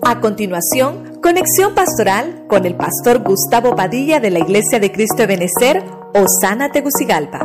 A continuación, conexión pastoral con el pastor Gustavo Padilla de la Iglesia de Cristo de Benecer, Osana, Tegucigalpa.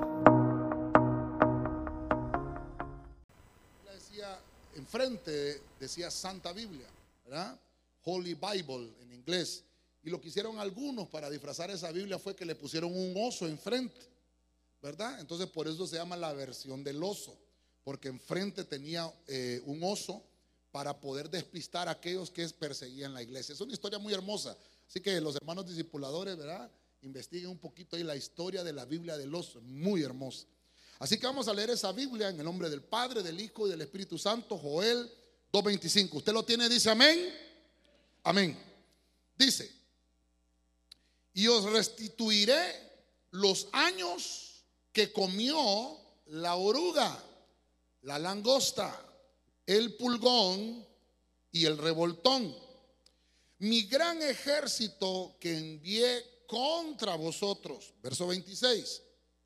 Decía enfrente, decía Santa Biblia, ¿verdad? Holy Bible en inglés. Y lo que hicieron algunos para disfrazar esa Biblia fue que le pusieron un oso enfrente, ¿verdad? Entonces por eso se llama la versión del oso, porque enfrente tenía un oso para poder despistar a aquellos que perseguían la iglesia. Es una historia muy hermosa. Así que los hermanos discipuladores, ¿verdad? Investiguen un poquito ahí la historia de la Biblia del oso, muy hermosa. Así que vamos a leer esa Biblia en el nombre del Padre, del Hijo y del Espíritu Santo. Joel 2:25. ¿Usted lo tiene? Dice amén. Amén. Dice: y os restituiré los años que comió la oruga, la langosta, el pulgón y el revoltón, mi gran ejército que envié contra vosotros. Verso 26.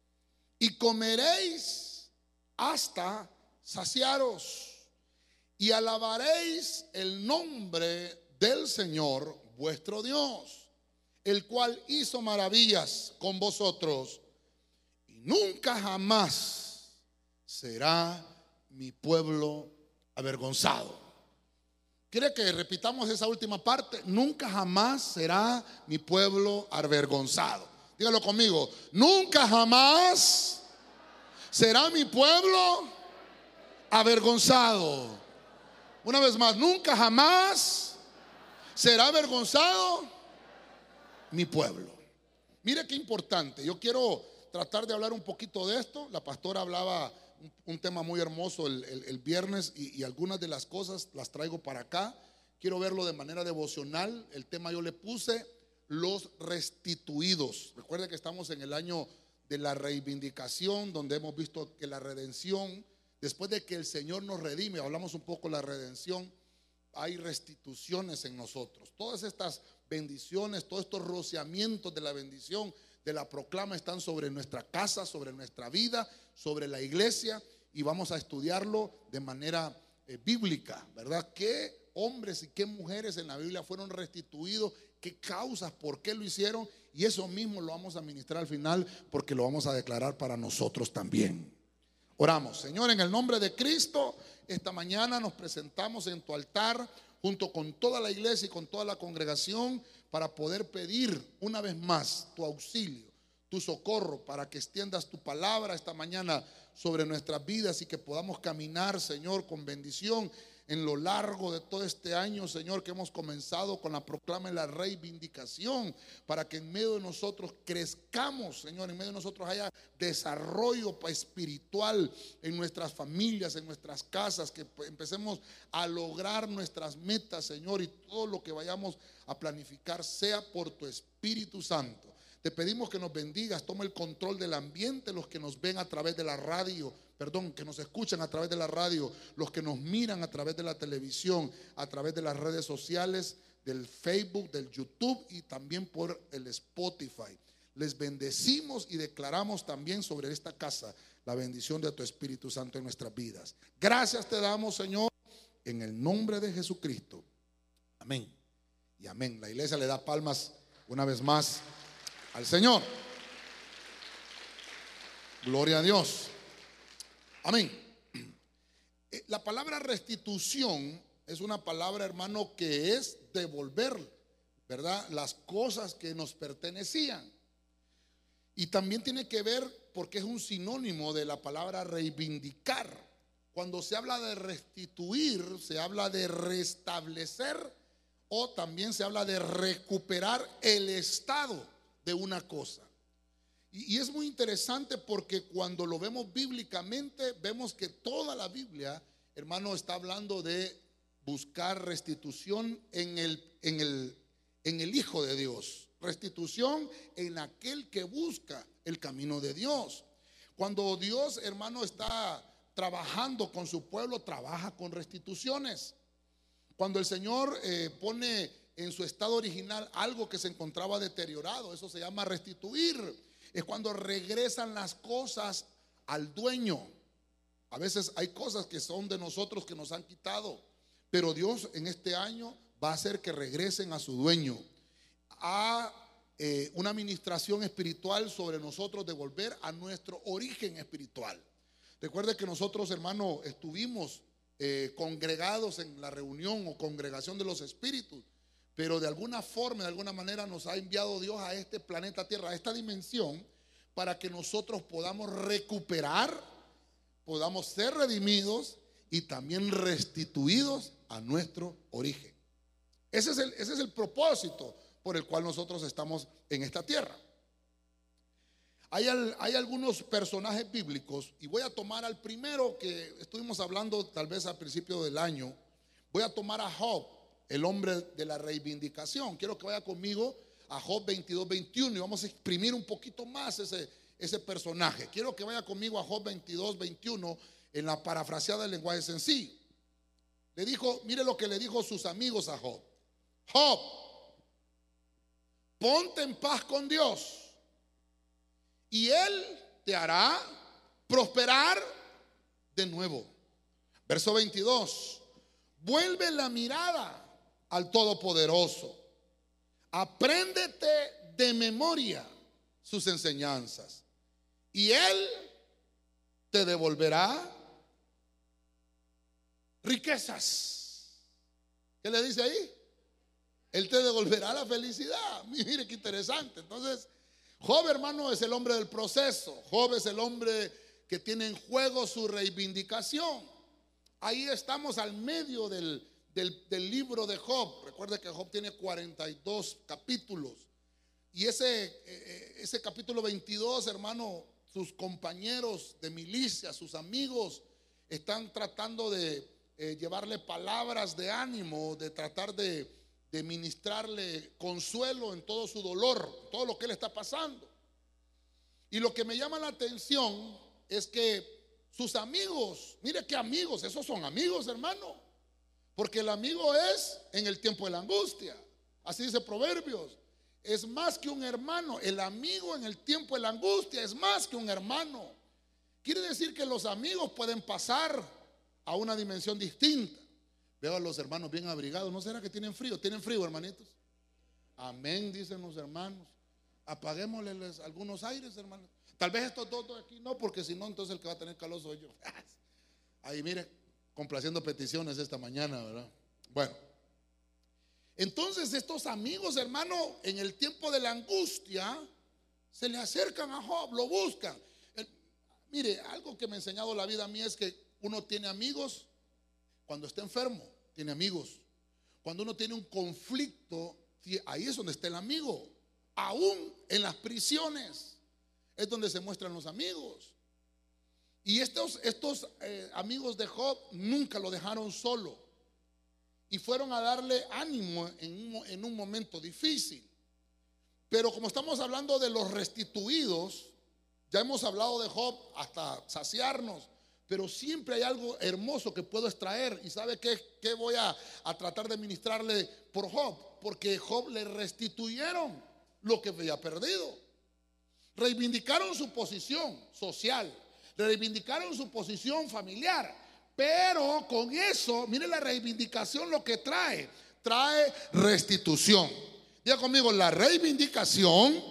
Y comeréis hasta saciaros y alabaréis el nombre del Señor vuestro Dios, el cual hizo maravillas con vosotros, y nunca jamás será mi pueblo avergonzado. ¿Quiere que repitamos esa última parte? Nunca jamás será mi pueblo avergonzado. Dígalo conmigo: nunca jamás será mi pueblo avergonzado. Una vez más: nunca jamás será avergonzado mi pueblo. Mire qué importante. Yo quiero tratar de hablar un poquito de esto. La pastora hablaba un tema muy hermoso el viernes y algunas de las cosas las traigo para acá. Quiero verlo de manera devocional. El tema yo le puse: los restituidos. Recuerde que estamos en el año de la reivindicación, donde hemos visto que la redención, después de que el Señor nos redime, hablamos un poco de la redención, hay restituciones en nosotros. Todas estas bendiciones, todos estos rociamientos de la bendición, de la proclama, están sobre nuestra casa, sobre nuestra vida, sobre la iglesia, y vamos a estudiarlo de manera bíblica, ¿verdad? ¿Qué hombres y qué mujeres en la Biblia fueron restituidos? ¿Qué causas? ¿Por qué lo hicieron? Y eso mismo lo vamos a ministrar al final, porque lo vamos a declarar para nosotros también. Oramos. Señor, en el nombre de Cristo, esta mañana nos presentamos en tu altar junto con toda la iglesia y con toda la congregación para poder pedir una vez más tu auxilio, tu socorro, para que extiendas tu palabra esta mañana sobre nuestras vidas y que podamos caminar, Señor, con bendición en lo largo de todo este año, Señor, que hemos comenzado con la proclama y la reivindicación, para que en medio de nosotros crezcamos, Señor, en medio de nosotros haya desarrollo espiritual en nuestras familias, en nuestras casas, que empecemos a lograr nuestras metas, Señor, y todo lo que vayamos a planificar sea por tu Espíritu Santo. Te pedimos que nos bendigas, toma el control del ambiente, los que nos ven a través de la radio, que nos escuchan a través de la radio, los que nos miran a través de la televisión, a través de las redes sociales, del Facebook, del YouTube y también por el Spotify. Les bendecimos y declaramos también sobre esta casa la bendición de tu Espíritu Santo en nuestras vidas. Gracias te damos, Señor, en el nombre de Jesucristo. Amén y amén. La iglesia le da palmas una vez más al Señor. Gloria a Dios. Amén. La palabra restitución es una palabra, hermano, que es devolver, ¿verdad?, las cosas que nos pertenecían. Y también tiene que ver porque es un sinónimo de la palabra reivindicar. Cuando se habla de restituir, se habla de restablecer, o también se habla de recuperar el estado de una cosa. Y es muy interesante porque cuando lo vemos bíblicamente, vemos que toda la Biblia, hermano, está hablando de buscar restitución en el Hijo de Dios. Restitución en aquel que busca el camino de Dios. Cuando Dios, hermano, está trabajando con su pueblo, trabaja con restituciones. Cuando el Señor pone en su estado original algo que se encontraba deteriorado, eso se llama restituir. Es cuando regresan las cosas al dueño. A veces hay cosas que son de nosotros que nos han quitado, pero Dios en este año va a hacer que regresen a su dueño. A una administración espiritual sobre nosotros de volver a nuestro origen espiritual. Recuerde que nosotros, hermano, estuvimos congregados en la reunión o congregación de los espíritus, pero de alguna forma, de alguna manera nos ha enviado Dios a este planeta Tierra, a esta dimensión, para que nosotros podamos recuperar, podamos ser redimidos y también restituidos a nuestro origen. Ese es el propósito por el cual nosotros estamos en esta tierra. Hay algunos personajes bíblicos, y voy a tomar al primero que estuvimos hablando tal vez al principio del año. Voy a tomar a Job, el hombre de la reivindicación. Quiero que vaya conmigo a Job 22:21 y vamos a exprimir un poquito más ese personaje. Quiero que vaya conmigo a Job 22:21 en la parafraseada del lenguaje sencillo. Le dijo, mire lo que le dijo sus amigos a Job. Job, ponte en paz con Dios y Él te hará prosperar de nuevo. Verso 22. Vuelve la mirada al Todopoderoso. Apréndete de memoria sus enseñanzas y Él te devolverá riquezas. ¿Qué le dice ahí? Él te devolverá la felicidad. Mire qué interesante. Entonces, Job, hermano, es el hombre del proceso. Job es el hombre que tiene en juego su reivindicación. Ahí estamos al medio del libro de Job. Recuerde que Job tiene 42 capítulos. Y ese capítulo 22, hermano, sus compañeros de milicia, sus amigos, están tratando de llevarle palabras de ánimo, de tratar de ministrarle consuelo en todo su dolor, todo lo que él está pasando. Y lo que me llama la atención es que sus amigos, mire qué amigos, esos son amigos, hermano, porque el amigo es en el tiempo de la angustia. Así dice Proverbios, es más que un hermano. El amigo en el tiempo de la angustia es más que un hermano. Quiere decir que los amigos pueden pasar a una dimensión distinta. Veo a los hermanos bien abrigados. ¿No será que tienen frío? ¿Tienen frío, hermanitos? Amén, dicen los hermanos. Apaguémosles algunos aires, hermanos. Tal vez estos dos de aquí no, porque si no, entonces el que va a tener calor soy yo. Ahí mire, complaciendo peticiones esta mañana, ¿verdad? Bueno, entonces estos amigos, hermano, en el tiempo de la angustia, se le acercan a Job, lo buscan. Mire, algo que me ha enseñado la vida a mí es que uno tiene amigos cuando está enfermo, tiene amigos. Cuando uno tiene un conflicto, ahí es donde está el amigo. Aún en las prisiones es donde se muestran los amigos. Y estos amigos de Job nunca lo dejaron solo y fueron a darle ánimo en un momento difícil. Pero como estamos hablando de los restituidos, ya hemos hablado de Job hasta saciarnos, pero siempre hay algo hermoso que puedo extraer. ¿Y sabe qué voy a tratar de ministrarle por Job? Porque Job le restituyeron lo que había perdido. Reivindicaron su posición social, reivindicaron su posición familiar, pero con eso, mire la reivindicación lo que trae restitución. Diga conmigo, la reivindicación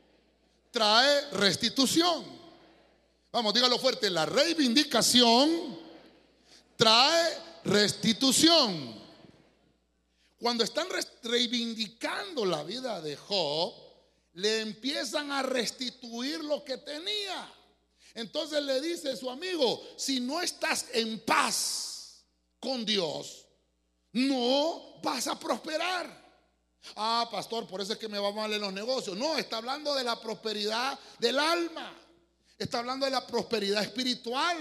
trae restitución. Vamos, dígalo fuerte, la reivindicación trae restitución. Cuando están reivindicando la vida de Job, le empiezan a restituir lo que tenía. Entonces le dice su amigo, si no estás en paz con Dios, no vas a prosperar. Ah, pastor, por eso es que me va mal en los negocios. No, está hablando de la prosperidad del alma. Está hablando de la prosperidad espiritual.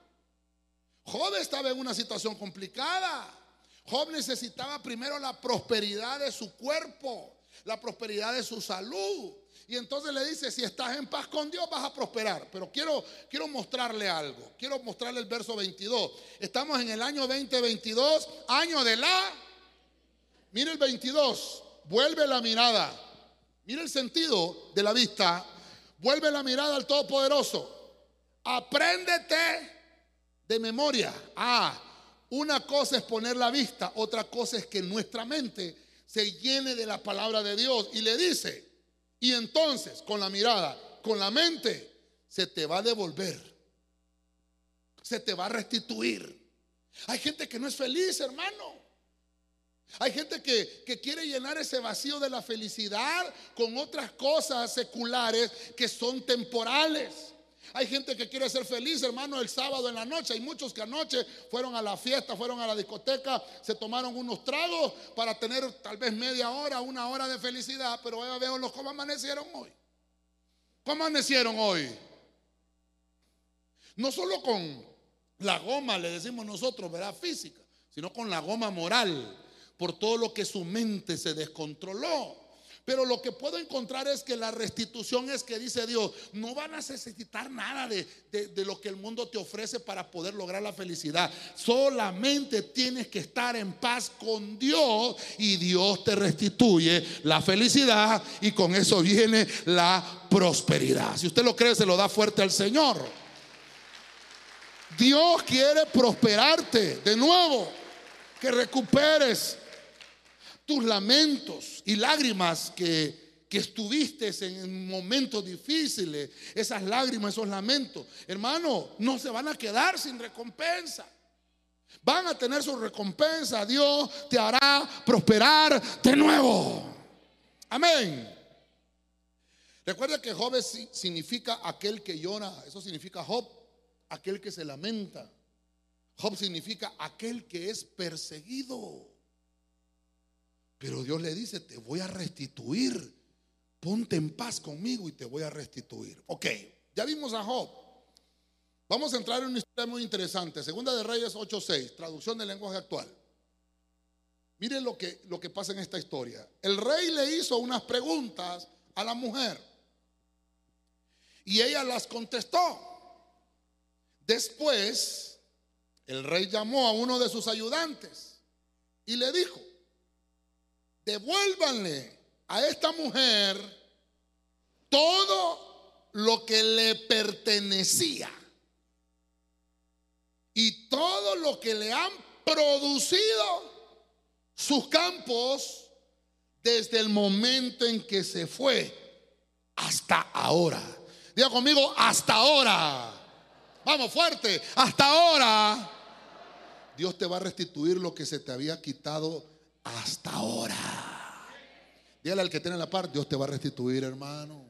Job estaba en una situación complicada. Job necesitaba primero la prosperidad de su cuerpo, la prosperidad de su salud. Y entonces le dice, si estás en paz con Dios vas a prosperar. Pero quiero mostrarle algo. Quiero mostrarle el verso 22. Estamos en el año 2022, año de la... Mire el 22, vuelve la mirada. Mire el sentido de la vista. Vuelve la mirada al Todopoderoso. Apréndete de memoria. una cosa es poner la vista, otra cosa es que nuestra mente se llene de la palabra de Dios. Y le dice, y entonces con la mirada, con la mente, se te va a devolver, se te va a restituir. Hay gente que no es feliz, hermano. Hay gente que quiere llenar ese vacío de la felicidad con otras cosas seculares que son temporales. Hay gente que quiere ser feliz, hermano, el sábado en la noche. Hay muchos que anoche fueron a la fiesta, fueron a la discoteca, se tomaron unos tragos para tener tal vez media hora, una hora de felicidad. Pero veo cómo amanecieron hoy. ¿Cómo amanecieron hoy? No solo con la goma, le decimos nosotros, ¿verdad? Física, sino con la goma moral, por todo lo que su mente se descontroló. Pero lo que puedo encontrar es que la restitución es que dice Dios, no van a necesitar nada de lo que el mundo te ofrece para poder lograr la felicidad. Solamente tienes que estar en paz con Dios y Dios te restituye la felicidad, y con eso viene la prosperidad. Si usted lo cree, se lo da fuerte al Señor. Dios quiere prosperarte de nuevo, que recuperes tus lamentos y lágrimas que estuviste en momentos difíciles. Esas lágrimas, esos lamentos, hermano, no se van a quedar sin recompensa. Van a tener su recompensa. Dios te hará prosperar de nuevo. Amén. Recuerda que Job significa aquel que llora. Eso significa Job, aquel que se lamenta. Job significa aquel que es perseguido. Pero Dios le dice, te voy a restituir. Ponte en paz conmigo y te voy a restituir. Ok, ya vimos a Job. Vamos a entrar en una historia muy interesante. Segunda de Reyes 8:6, traducción del lenguaje actual. Miren lo que pasa en esta historia. El rey le hizo unas preguntas a la mujer y ella las contestó. Después, el rey llamó a uno de sus ayudantes y le dijo, devuélvanle a esta mujer todo lo que le pertenecía y todo lo que le han producido sus campos desde el momento en que se fue hasta ahora. Diga conmigo, hasta ahora. Vamos fuerte, hasta ahora. Dios te va a restituir lo que se te había quitado hasta ahora. Dígale al que tiene la par, Dios te va a restituir, hermano.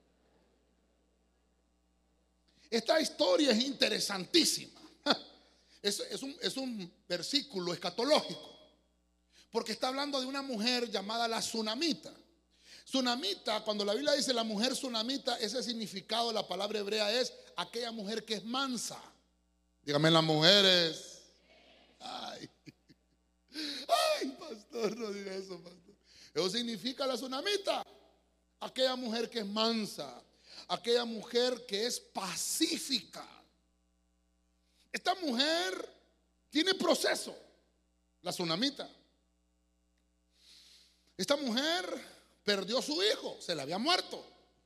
Esta historia es interesantísima. Es un versículo escatológico, porque está hablando de una mujer llamada la Sunamita. Sunamita, cuando la Biblia dice la mujer sunamita, ese significado de la palabra hebrea es aquella mujer que es mansa. Dígame las mujeres. Ay, pastor, no diga eso, pastor. Eso significa la sunamita, aquella mujer que es mansa, aquella mujer que es pacífica. Esta mujer tiene proceso, la sunamita. Esta mujer perdió a su hijo, se le había muerto.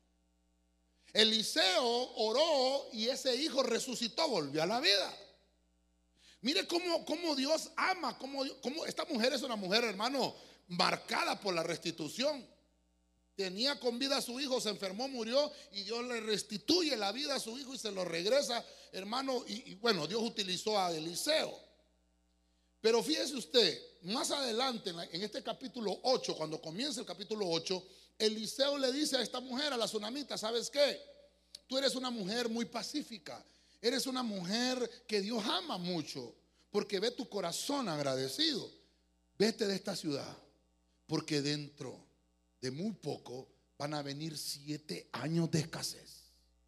Eliseo oró y ese hijo resucitó, volvió a la vida. Mire cómo Dios ama, cómo esta mujer es una mujer, hermano, marcada por la restitución. Tenía con vida a su hijo, se enfermó, murió, y Dios le restituye la vida a su hijo y se lo regresa, hermano. Y bueno, Dios utilizó a Eliseo. Pero fíjese usted, más adelante en este capítulo 8, cuando comienza el capítulo 8, Eliseo le dice a esta mujer, a la sunamita, ¿sabes qué? Tú eres una mujer muy pacífica, eres una mujer que Dios ama mucho, porque ve tu corazón agradecido. Vete de esta ciudad, porque dentro de muy poco van a venir 7 años de escasez.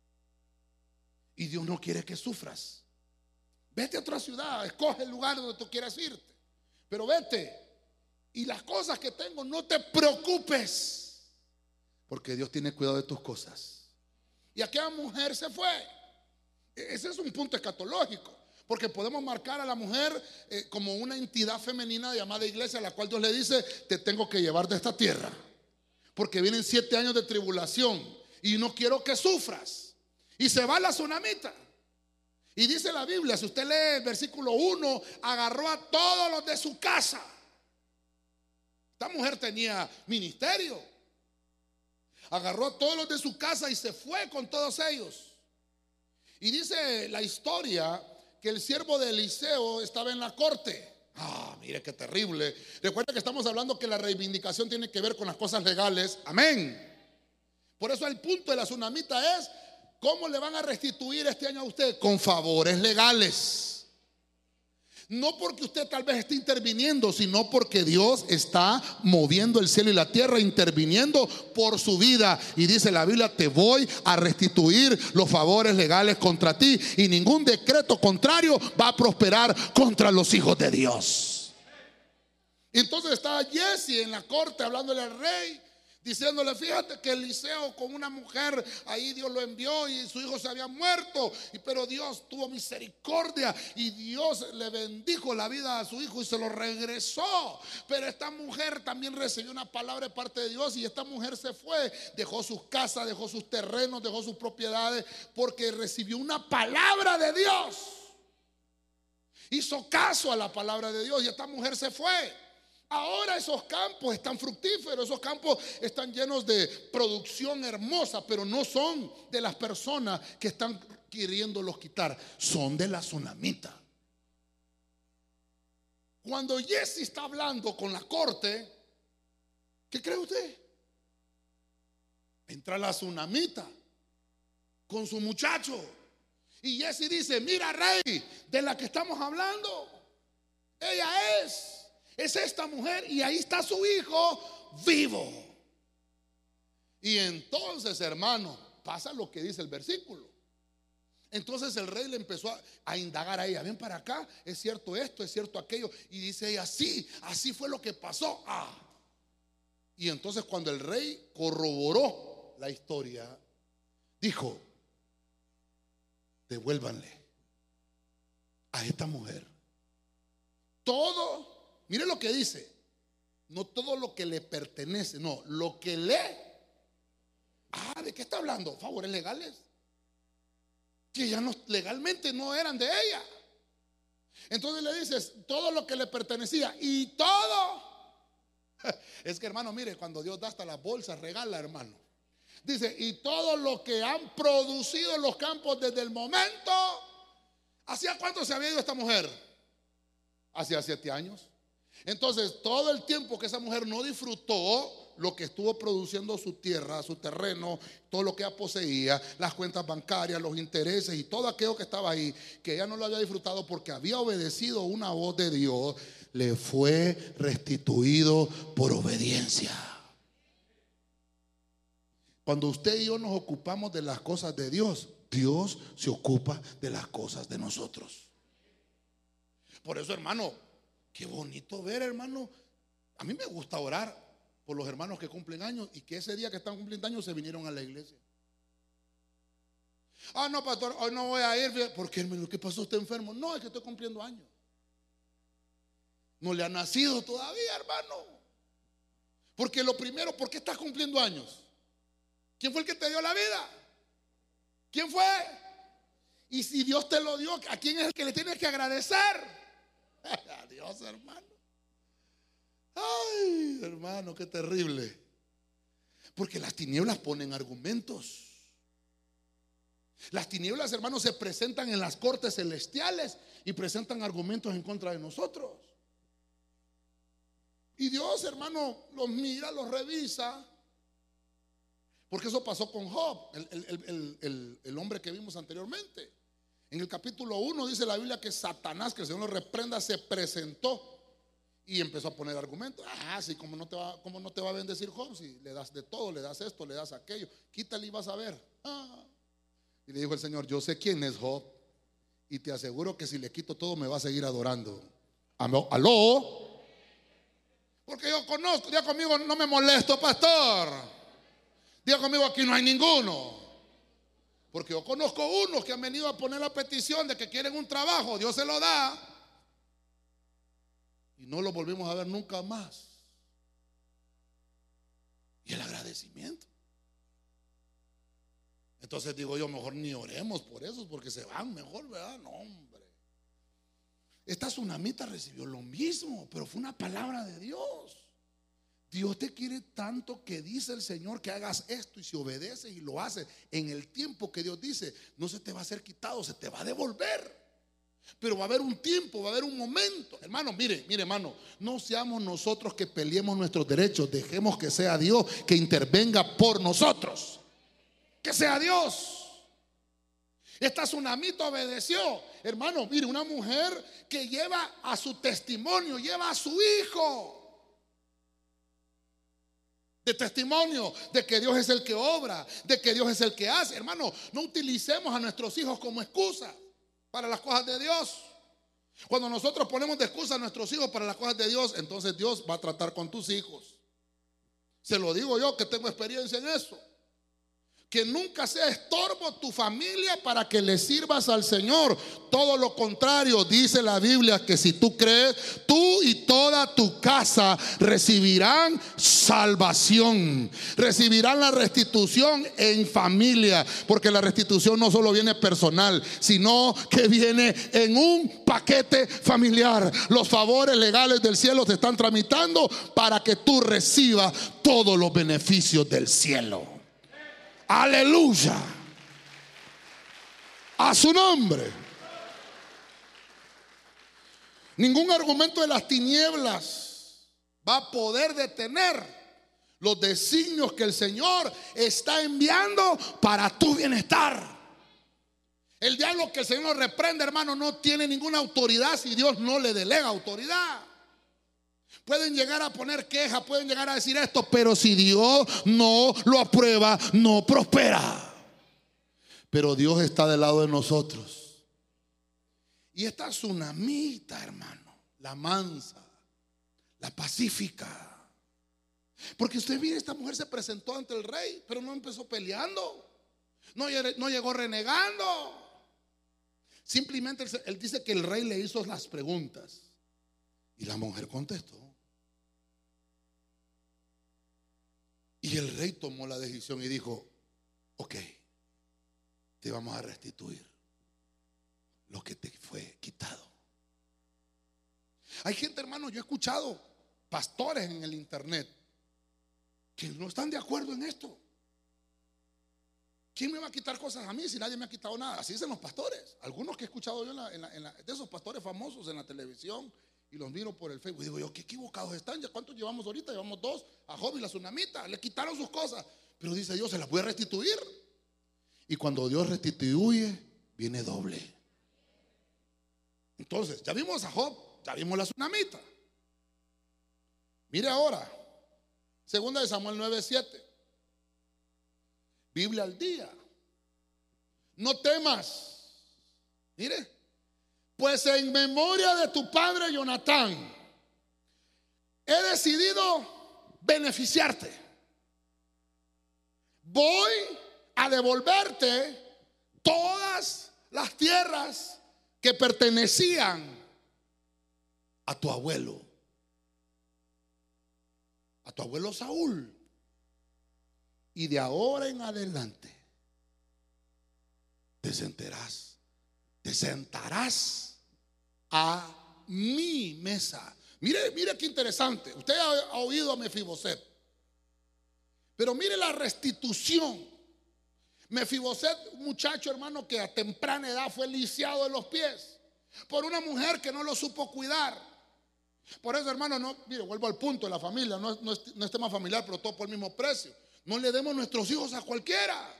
Y Dios no quiere que sufras. Vete a otra ciudad, escoge el lugar donde tú quieras irte, pero vete. Y las cosas que tengo, no te preocupes, porque Dios tiene cuidado de tus cosas. Y aquella mujer se fue. Ese es un punto escatológico, porque podemos marcar a la mujer como una entidad femenina llamada iglesia, a la cual Dios le dice, te tengo que llevar de esta tierra, porque vienen 7 años de tribulación y no quiero que sufras. Y se va la sunamita. Y dice la Biblia, si usted lee el versículo 1, agarró a todos los de su casa. Esta mujer tenía ministerio. Agarró a todos los de su casa y se fue con todos ellos. Y dice la historia que el siervo de Eliseo estaba en la corte. Mire qué terrible. Recuerda que estamos hablando que la reivindicación tiene que ver con las cosas legales. Amén. Por eso el punto de la tsunamita es: ¿cómo le van a restituir este año a usted? Con favores legales. No porque usted tal vez esté interviniendo, sino porque Dios está moviendo el cielo y la tierra, interviniendo por su vida. Y dice la Biblia: te voy a restituir los favores legales contra ti, y ningún decreto contrario va a prosperar contra los hijos de Dios. Entonces estaba Jesse en la corte hablándole al rey, diciéndole: fíjate que Eliseo con una mujer, ahí Dios lo envió y su hijo se había muerto, pero Dios tuvo misericordia y Dios le bendijo la vida a su hijo y se lo regresó. Pero esta mujer también recibió una palabra de parte de Dios, y esta mujer se fue, dejó sus casas, dejó sus terrenos, dejó sus propiedades, porque recibió una palabra de Dios. Hizo caso a la palabra de Dios y esta mujer se fue. Ahora esos campos están fructíferos, esos campos están llenos de producción hermosa, pero no son de las personas que están queriéndolos quitar, son de la tsunamita. Cuando Jesse está hablando con la corte, ¿qué cree usted? Entra la tsunamita con su muchacho, y Jesse dice: mira, rey, de la que estamos hablando, ella es esta mujer, y ahí está su hijo vivo. Y entonces, hermano, pasa lo que dice el versículo. Entonces el rey le empezó a indagar a ella: ven para acá, es cierto esto, es cierto aquello. Y dice ella: sí, así fue lo que pasó. Y entonces cuando el rey corroboró la historia, dijo: devuélvanle a esta mujer todo. Mire lo que dice: no todo lo que le pertenece, no, lo que le... ¿de qué está hablando? Favores legales que ya no, legalmente no eran de ella. Entonces le dices todo lo que le pertenecía y todo. Es que, hermano, mire, cuando Dios da hasta las bolsas, regala, hermano. Dice: y todo lo que han producido en los campos desde el momento. ¿Hacía cuánto se había ido esta mujer? Hacía 7 años. Entonces todo el tiempo que esa mujer no disfrutó lo que estuvo produciendo su tierra, su terreno, todo lo que ella poseía, las cuentas bancarias, los intereses y todo aquello que estaba ahí, que ella no lo había disfrutado porque había obedecido una voz de Dios, le fue restituido por obediencia. Cuando usted y yo nos ocupamos de las cosas de Dios, Dios se ocupa de las cosas de nosotros. Por eso, hermano, qué bonito ver, hermano. A mí me gusta orar por los hermanos que cumplen años y que ese día que están cumpliendo años se vinieron a la iglesia. No, pastor, hoy no voy a ir. ¿Por qué, hermano? ¿Qué pasó? ¿Usted enfermo? No, es que estoy cumpliendo años. No le ha nacido todavía, hermano. Porque lo primero, ¿por qué estás cumpliendo años? ¿Quién fue el que te dio la vida? ¿Quién fue? Y si Dios te lo dio, ¿a quién es el que le tienes que agradecer? A Dios, hermano. Ay, hermano, qué terrible. Porque las tinieblas ponen argumentos. Las tinieblas, hermanos, se presentan en las cortes celestiales y presentan argumentos en contra de nosotros. Y Dios, hermano, los mira, los revisa. Porque eso pasó con Job, el hombre que vimos anteriormente. En el capítulo 1 dice la Biblia que Satanás, que el Señor lo reprenda, se presentó y empezó a poner argumentos. Sí, ¿cómo no te va a bendecir Job? Si le das de todo, le das esto, le das aquello, quítale y vas a ver. Y le dijo el Señor: yo sé quién es Job, y te aseguro que si le quito todo me va a seguir adorando. ¿Aló? Porque yo conozco. Diga conmigo: no me molesto, pastor. Diga conmigo: aquí no hay ninguno. Porque yo conozco unos que han venido a poner la petición de que quieren un trabajo, Dios se lo da, y no lo volvimos a ver nunca más. Y el agradecimiento. Entonces digo yo, mejor ni oremos por eso, porque se van mejor, ¿verdad? No, hombre. Esta tsunamita recibió lo mismo, pero fue una palabra de Dios. Dios te quiere tanto que dice el Señor que hagas esto, y si obedeces y lo haces en el tiempo que Dios dice, no se te va a ser quitado, se te va a devolver. Pero va a haber un tiempo, va a haber un momento. Hermano, mire hermano, no seamos nosotros que peleemos nuestros derechos. Dejemos que sea Dios que intervenga por nosotros. Que sea Dios. Esta tsunamita obedeció. Hermano, mire, una mujer que lleva a su testimonio, lleva a su hijo de testimonio de que Dios es el que obra, de que Dios es el que hace. Hermano, no utilicemos a nuestros hijos como excusa para las cosas de Dios. Cuando nosotros ponemos de excusa a nuestros hijos para las cosas de Dios, entonces Dios va a tratar con tus hijos. Se lo digo yo que tengo experiencia en eso. Que nunca sea estorbo tu familia para que le sirvas al Señor. Todo lo contrario, dice la Biblia que si tú crees, tú y toda tu casa recibirán salvación, recibirán la restitución en familia, porque la restitución no solo viene personal, sino que viene en un paquete familiar. Los favores legales del cielo se están tramitando para que tú recibas todos los beneficios del cielo. Aleluya. A su nombre. Ningún argumento de las tinieblas va a poder detener los designios que el Señor está enviando para tu bienestar. El diablo que el Señor reprende, hermano, no tiene ninguna autoridad si Dios no le delega autoridad. Pueden llegar a poner queja, pueden llegar a decir esto, pero si Dios no lo aprueba, no prospera. Pero Dios está del lado de nosotros. Y esta tsunamita, hermano, la mansa, la pacífica. Porque usted mire, esta mujer se presentó ante el rey, pero no empezó peleando, no llegó renegando. Simplemente él dice que el rey le hizo las preguntas y la mujer contestó. Y el rey tomó la decisión y dijo: ok, te vamos a restituir lo que te fue quitado. Hay gente, hermano, yo he escuchado pastores en el internet que no están de acuerdo en esto. ¿Quién me va a quitar cosas a mí si nadie me ha quitado nada? Así dicen los pastores. Algunos que he escuchado yo de esos pastores famosos en la televisión, y los miro por el Facebook y digo yo, qué equivocados están. ¿Ya cuántos llevamos ahorita? Llevamos 2. A Job y la tsunamita le quitaron sus cosas, pero dice Dios, se las voy a restituir. Y cuando Dios restituye, viene doble. Entonces, ya vimos a Job, ya vimos la tsunamita. Mire ahora, 2 Samuel 9:7. Biblia al día. No temas. Mire, pues en memoria de tu padre Jonatán, he decidido beneficiarte. Voy a devolverte todas las tierras que pertenecían a tu abuelo Saúl. Y de ahora en adelante te sentarás a mi mesa. Mire qué interesante. Usted ha oído a Mefiboset, pero mire la restitución. Mefiboset, un muchacho, hermano, que a temprana edad fue lisiado de los pies por una mujer que no lo supo cuidar. Por eso, hermano, no, mire, vuelvo al punto de la familia. No es tema familiar, pero todo por el mismo precio. No le demos nuestros hijos a cualquiera.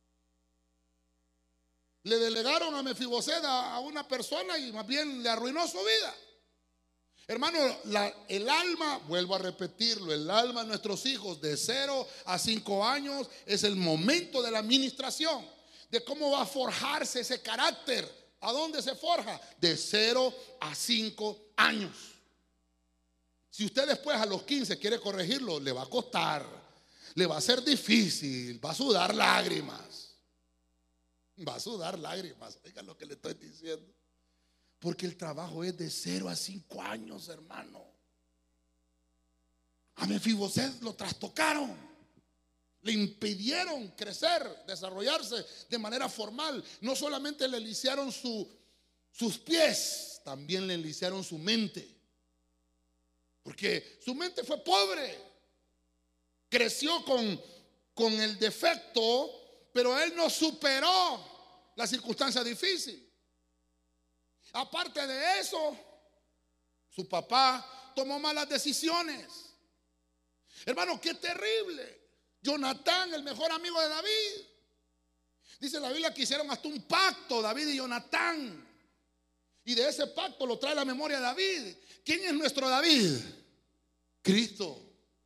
Le delegaron a Mefiboset a una persona y más bien le arruinó su vida. Hermano, el alma, vuelvo a repetirlo, el alma de nuestros hijos de 0 a 5 años es el momento de la administración, de cómo va a forjarse ese carácter. ¿A dónde se forja? De 0 a 5 años. Si usted después a los 15 quiere corregirlo, le va a costar, le va a ser difícil, va a sudar lágrimas. Va a sudar lágrimas, oigan lo que le estoy diciendo. Porque el trabajo es de 0 a 5 años, hermano. A Mefiboset lo trastocaron. Le impidieron crecer, desarrollarse de manera formal. No solamente le lisiaron sus pies, también le lisiaron su mente. Porque su mente fue pobre. Creció con el defecto, pero él no superó la circunstancia difícil. Aparte de eso, su papá tomó malas decisiones. Hermano, qué terrible. Jonatán, el mejor amigo de David. Dice la Biblia que hicieron hasta un pacto, David y Jonatán. Y de ese pacto lo trae la memoria de David. ¿Quién es nuestro David? Cristo.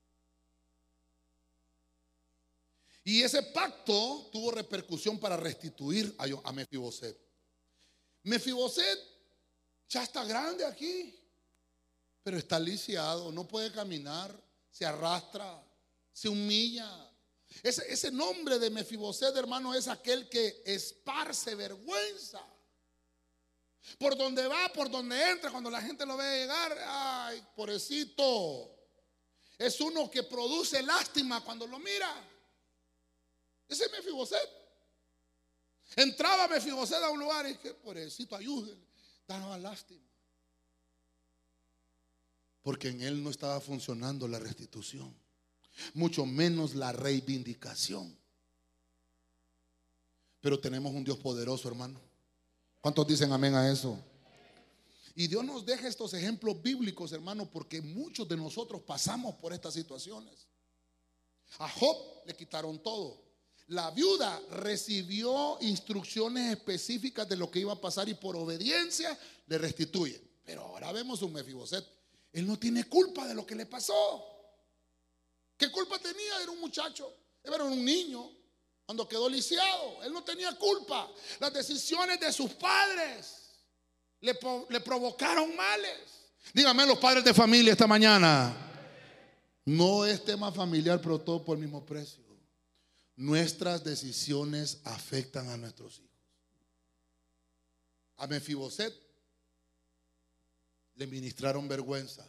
Y ese pacto tuvo repercusión para restituir a Mefiboset. Mefiboset ya está grande aquí, pero está lisiado, no puede caminar, se arrastra, se humilla. Ese nombre de Mefiboset, hermano, es aquel que esparce vergüenza. Por donde va, por donde entra, cuando la gente lo ve llegar, ay, pobrecito. Es uno que produce lástima cuando lo mira. Ese es Mefiboset. Entraba Mefiboset a un lugar y que pobrecito, ayúdenle. Daba lástima. Porque en él no estaba funcionando la restitución, mucho menos la reivindicación. Pero tenemos un Dios poderoso, hermano. ¿Cuántos dicen amén a eso? Y Dios nos deja estos ejemplos bíblicos, hermano, porque muchos de nosotros pasamos por estas situaciones. A Job le quitaron todo. La viuda recibió instrucciones específicas de lo que iba a pasar y por obediencia le restituye. Pero ahora vemos un Mefiboset. Él no tiene culpa de lo que le pasó. ¿Qué culpa tenía? Era un muchacho, era un niño cuando quedó lisiado. Él no tenía culpa. Las decisiones de sus padres le provocaron males. Díganme los padres de familia esta mañana. No es tema familiar, pero todo por el mismo precio. Nuestras decisiones afectan a nuestros hijos. A Mefiboset le ministraron vergüenza.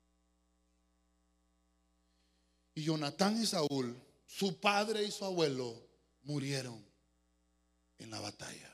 Y Jonatán y Saúl, su padre y su abuelo, murieron en la batalla.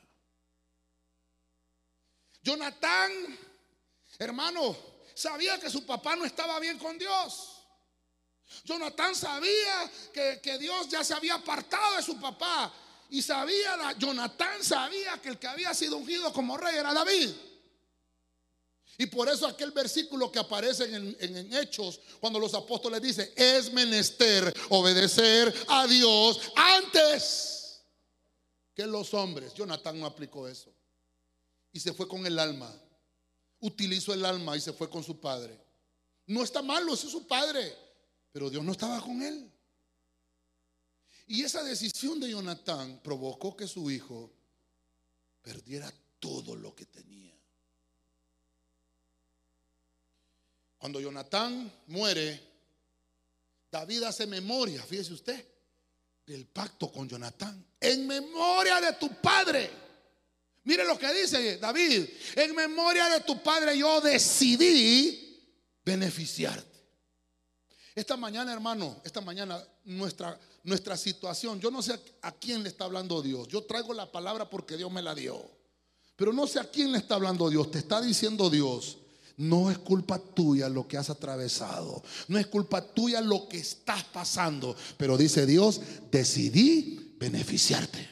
Jonatán, hermano, sabía que su papá no estaba bien con Dios. Jonatán sabía que Dios ya se había apartado de su papá. Y Jonatán sabía que el que había sido ungido como rey era David. Y por eso aquel versículo que aparece en Hechos, cuando los apóstoles dicen: es menester obedecer a Dios antes que los hombres. Jonatán no aplicó eso. Y se fue con el alma. Utilizó el alma y se fue con su padre. No está malo, ese es su padre. Pero Dios no estaba con él. Y esa decisión de Jonatán provocó que su hijo perdiera todo lo que tenía. Cuando Jonatán muere, David hace memoria, fíjese usted, del pacto con Jonatán. En memoria de tu padre. Mire lo que dice David: en memoria de tu padre yo decidí beneficiarte. Esta mañana, hermano, nuestra situación, yo no sé a quién le está hablando Dios. Yo traigo la palabra porque Dios me la dio, pero no sé a quién le está hablando Dios. Te está diciendo Dios: no es culpa tuya lo que has atravesado, no es culpa tuya lo que estás pasando, pero dice Dios: decidí beneficiarte.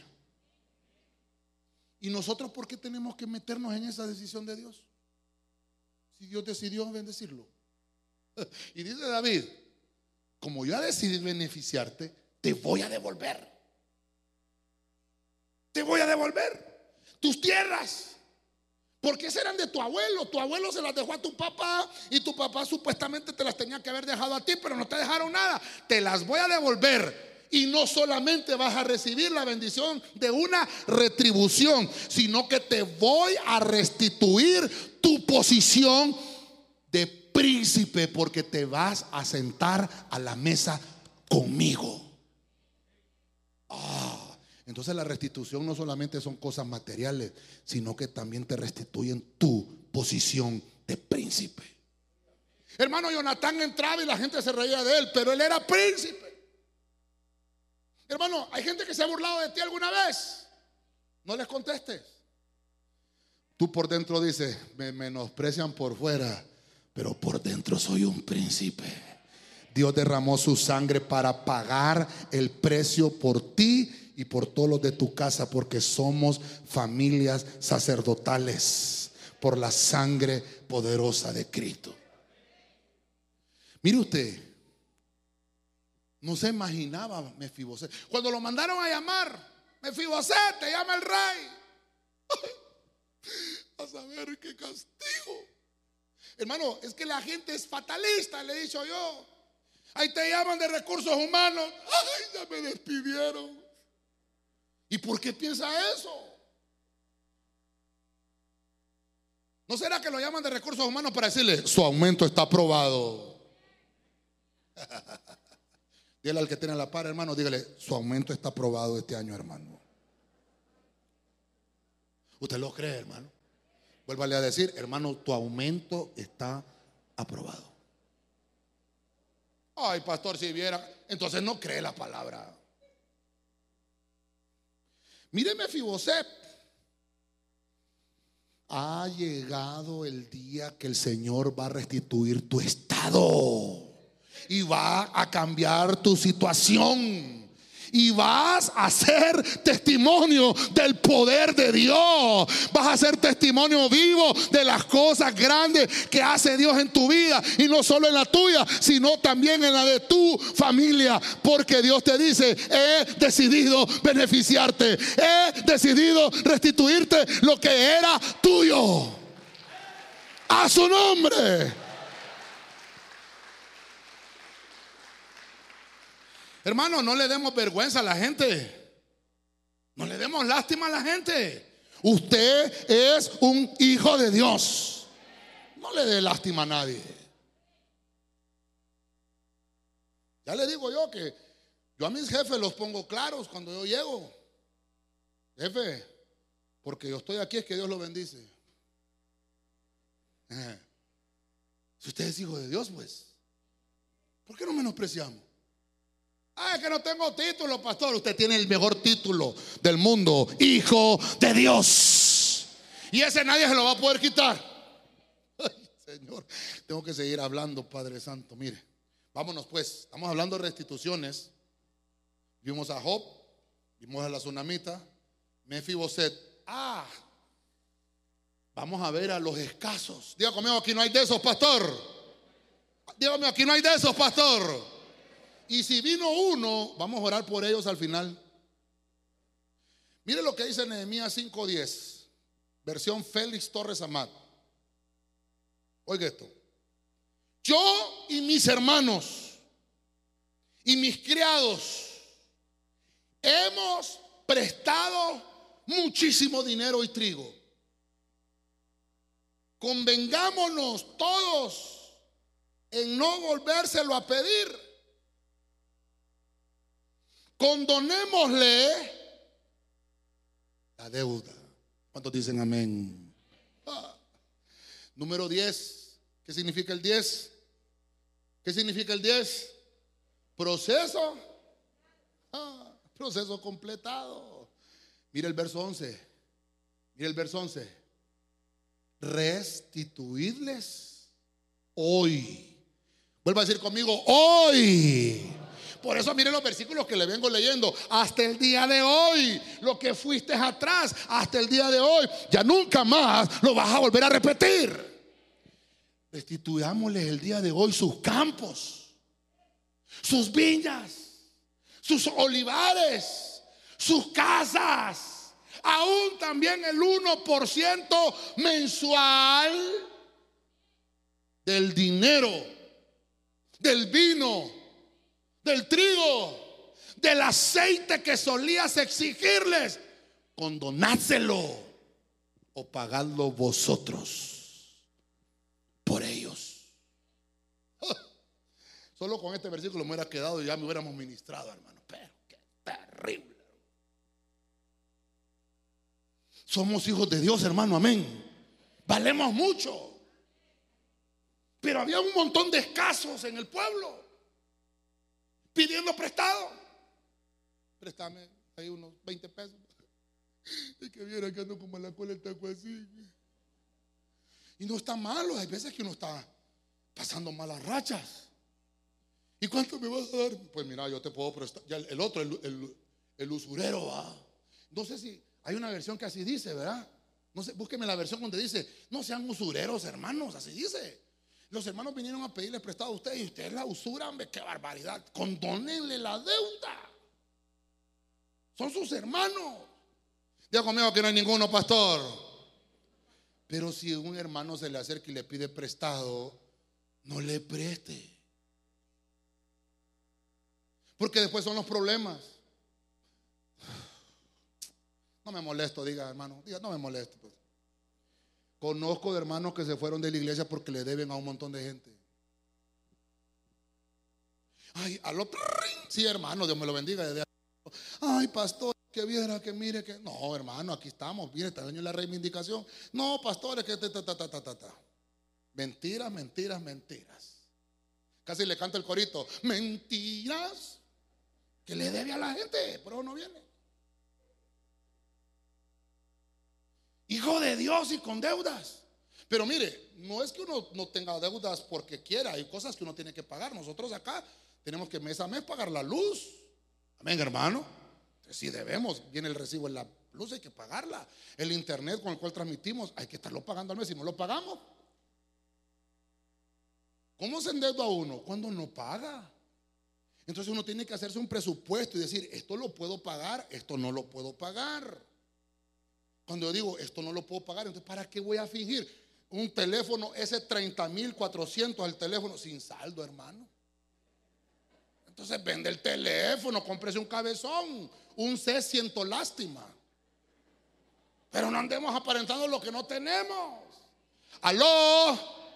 ¿Y nosotros por qué tenemos que meternos en esa decisión de Dios? Si Dios decidió bendecirlo. Y dice David: como yo decidí beneficiarte, te voy a devolver. Te voy a devolver tus tierras, porque esas eran de tu abuelo. Tu abuelo se las dejó a tu papá y tu papá supuestamente te las tenía que haber dejado a ti, pero no te dejaron nada. Te las voy a devolver. Y no solamente vas a recibir la bendición de una retribución, sino que te voy a restituir tu posición de príncipe, porque te vas a sentar a la mesa conmigo. Entonces la restitución no solamente son cosas materiales, sino que también te restituyen tu posición de príncipe. Hermano, Jonatán entraba y la gente se reía de él, pero él era príncipe. Hermano, hay gente que se ha burlado de ti alguna vez. No les contestes. Tú por dentro dices, me menosprecian por fuera, pero por dentro soy un príncipe. Dios derramó su sangre para pagar el precio por ti y por todos los de tu casa, porque somos familias sacerdotales por la sangre poderosa de Cristo. Mire usted, no se imaginaba Mefiboset. Cuando lo mandaron a llamar, Mefiboset, te llama el rey. A saber qué castigo. Hermano, es que la gente es fatalista, le he dicho yo. Ahí te llaman de recursos humanos. Ay, ya me despidieron. ¿Y por qué piensa eso? ¿No será que lo llaman de recursos humanos para decirle, su aumento está aprobado? Dígale al que tiene la par, hermano, dígale, su aumento está aprobado este año, hermano. ¿Usted lo cree, hermano? Vuélvale a decir, hermano, tu aumento está aprobado. Ay, pastor, si viera, entonces no cree la palabra. Mire, Mefiboset, ha llegado el día que el Señor va a restituir tu estado y va a cambiar tu situación. Y vas a ser testimonio del poder de Dios. Vas a ser testimonio vivo de las cosas grandes que hace Dios en tu vida. Y no solo en la tuya, sino también en la de tu familia. Porque Dios te dice, he decidido beneficiarte. He decidido restituirte lo que era tuyo. A su nombre. Hermano, no le demos vergüenza a la gente. No le demos lástima a la gente. Usted es un hijo de Dios. No le dé lástima a nadie. Ya le digo yo que yo a mis jefes los pongo claros cuando yo llego. Jefe, porque yo estoy aquí es que Dios lo bendice. Si usted es hijo de Dios, pues, ¿por qué no menospreciamos? Ah, es que no tengo título, pastor. Usted tiene el mejor título del mundo, hijo de Dios. Y ese nadie se lo va a poder quitar. Ay, Señor, tengo que seguir hablando, Padre Santo. Mire, vámonos pues. Estamos hablando de restituciones. Vimos a Job, vimos a la tsunamita, Mefiboset. Vamos a ver a los escasos. Diga conmigo, aquí no hay de esos, pastor. Dígame, aquí no hay de esos, pastor. Y si vino uno, vamos a orar por ellos al final. Mire lo que dice Nehemías 5:10, versión Félix Torres Amat. Oiga esto. Yo y mis hermanos y mis criados hemos prestado muchísimo dinero y trigo. Convengámonos todos en no volvérselo a pedir. Condonémosle la deuda. ¿Cuántos dicen amén? Número 10. ¿Qué significa el 10? ¿Qué significa el 10? Proceso. Proceso completado. Mira el verso 11. Mira el verso 11. Restituirles hoy. Vuelva a decir conmigo, hoy. Por eso miren los versículos que le vengo leyendo. Hasta el día de hoy, lo que fuiste atrás, hasta el día de hoy, ya nunca más lo vas a volver a repetir. Restituyámosles el día de hoy sus campos, sus viñas, sus olivares, sus casas, aún también el 1% mensual del dinero, del vino, del trigo, del aceite que solías exigirles. Condonáselo o pagadlo vosotros por ellos. Solo con este versículo me hubiera quedado y ya me hubiéramos ministrado, hermano. Pero qué terrible. Somos hijos de Dios, hermano, amén. Valemos mucho. Pero había un montón de escasos en el pueblo pidiendo prestado. préstame ahí unos 20 pesos. Y que viera que ando como a la cola el taco así. Y no está malo, hay veces que uno está pasando malas rachas. ¿Y cuánto me vas a dar? Pues mira, yo te puedo prestar. Ya el otro, el usurero, va. No sé si hay una versión que así dice, ¿verdad? No sé, búsqueme la versión donde dice: no sean usureros, hermanos, así dice. Los hermanos vinieron a pedirle prestado a ustedes y ustedes la usuran, qué barbaridad. Condónenle la deuda. Son sus hermanos. Diga conmigo que no hay ninguno, pastor. Pero si un hermano se le acerca y le pide prestado, no le preste. Porque después son los problemas. No me molesto, diga hermano, diga, no me molesto. Pues. Conozco de hermanos que se fueron de la iglesia porque le deben a un montón de gente. Ay, al otro, sí hermano, Dios me lo bendiga. Ay, pastor, que viera, que mire, que no, hermano, aquí estamos, mire, está en la reivindicación. No, pastores, que mentiras, mentiras, mentiras. Casi le canta el corito, mentiras que le debe a la gente, pero no viene. Hijo de Dios y con deudas. Pero mire, no es que uno no tenga deudas porque quiera, hay cosas que uno tiene que pagar. Nosotros acá tenemos que mes a mes pagar la luz. Amén, hermano. Si debemos, viene el recibo en la luz, hay que pagarla. El internet con el cual transmitimos, hay que estarlo pagando al mes. Si no lo pagamos, ¿cómo se endeuda uno? Cuando no paga. Entonces uno tiene que hacerse un presupuesto y decir: esto lo puedo pagar, esto no lo puedo pagar. Cuando yo digo esto no lo puedo pagar, entonces ¿para qué voy a fingir? Un teléfono, ese 30,400 al teléfono sin saldo, hermano. Entonces vende el teléfono, cómprese un cabezón, un C100 lástima. Pero no andemos aparentando lo que no tenemos. Aló.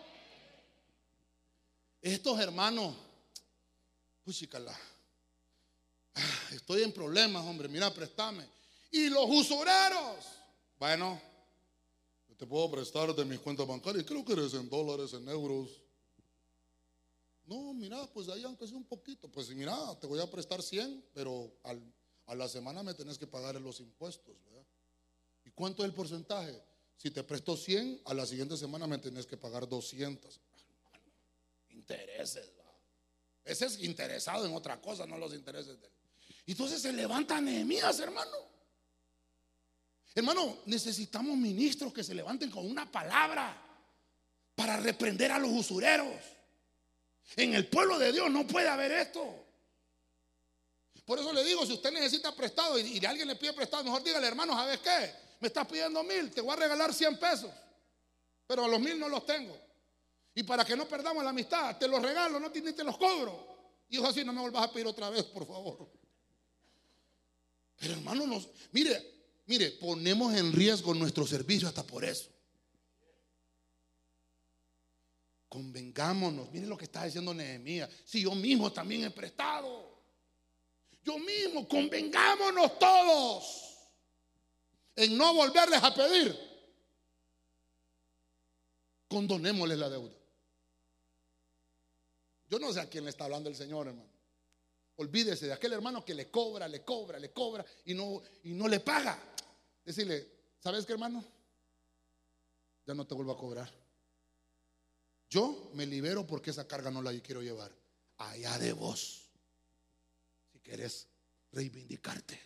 Estos hermanos, chicala, estoy en problemas, hombre, mira, préstame. Y los usureros, bueno, yo te puedo prestar de mis cuentas bancarias, creo que eres en dólares, en euros. No, mira, pues ahí aunque sea un poquito, pues mira, te voy a prestar 100, pero a la semana me tenés que pagar los impuestos, ¿verdad? ¿Y cuánto es el porcentaje? Si te presto 100, a la siguiente semana me tenés que pagar 200. Intereses, ¿verdad? Ese es interesado en otra cosa, no los intereses de él. Entonces se levanta Nehemías, hermano. Hermano, necesitamos ministros que se levanten con una palabra para reprender a los usureros. En el pueblo de Dios no puede haber esto. Por eso le digo, si usted necesita prestado y alguien le pide prestado, mejor dígale: hermano, ¿sabes qué? Me estás pidiendo 1,000, te voy a regalar 100 pesos, pero a los 1,000 no los tengo. Y para que no perdamos la amistad, te los regalo, no ni te los cobro. Y es así, no me vuelvas a pedir otra vez, por favor. Pero hermano, mire, ponemos en riesgo nuestro servicio hasta por eso. Convengámonos. Mire lo que está diciendo Nehemías. Si yo mismo también he prestado, yo mismo, convengámonos todos en no volverles a pedir. Condonémosles la deuda. Yo no sé a quién le está hablando el Señor, hermano. Olvídese de aquel hermano que le cobra y no le paga. Decirle: ¿sabes qué, hermano? Ya no te vuelvo a cobrar. Yo me libero porque esa carga no la quiero llevar. Allá de vos, si querés reivindicarte.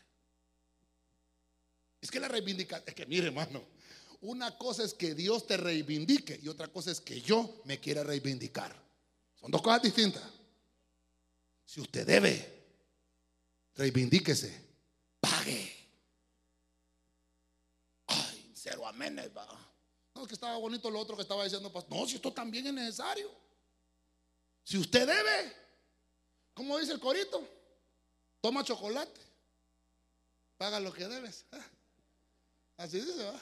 Es que la reivindicación, es que mire, hermano, una cosa es que Dios te reivindique y otra cosa es que yo me quiera reivindicar. Son dos cosas distintas. Si usted debe, reivindíquese, pague. Ay, cero aménes, va. No, que estaba bonito lo otro que estaba diciendo. No, si esto también es necesario. Si usted debe, ¿cómo dice el corito? Toma chocolate, paga lo que debes. Así dice, ¿va?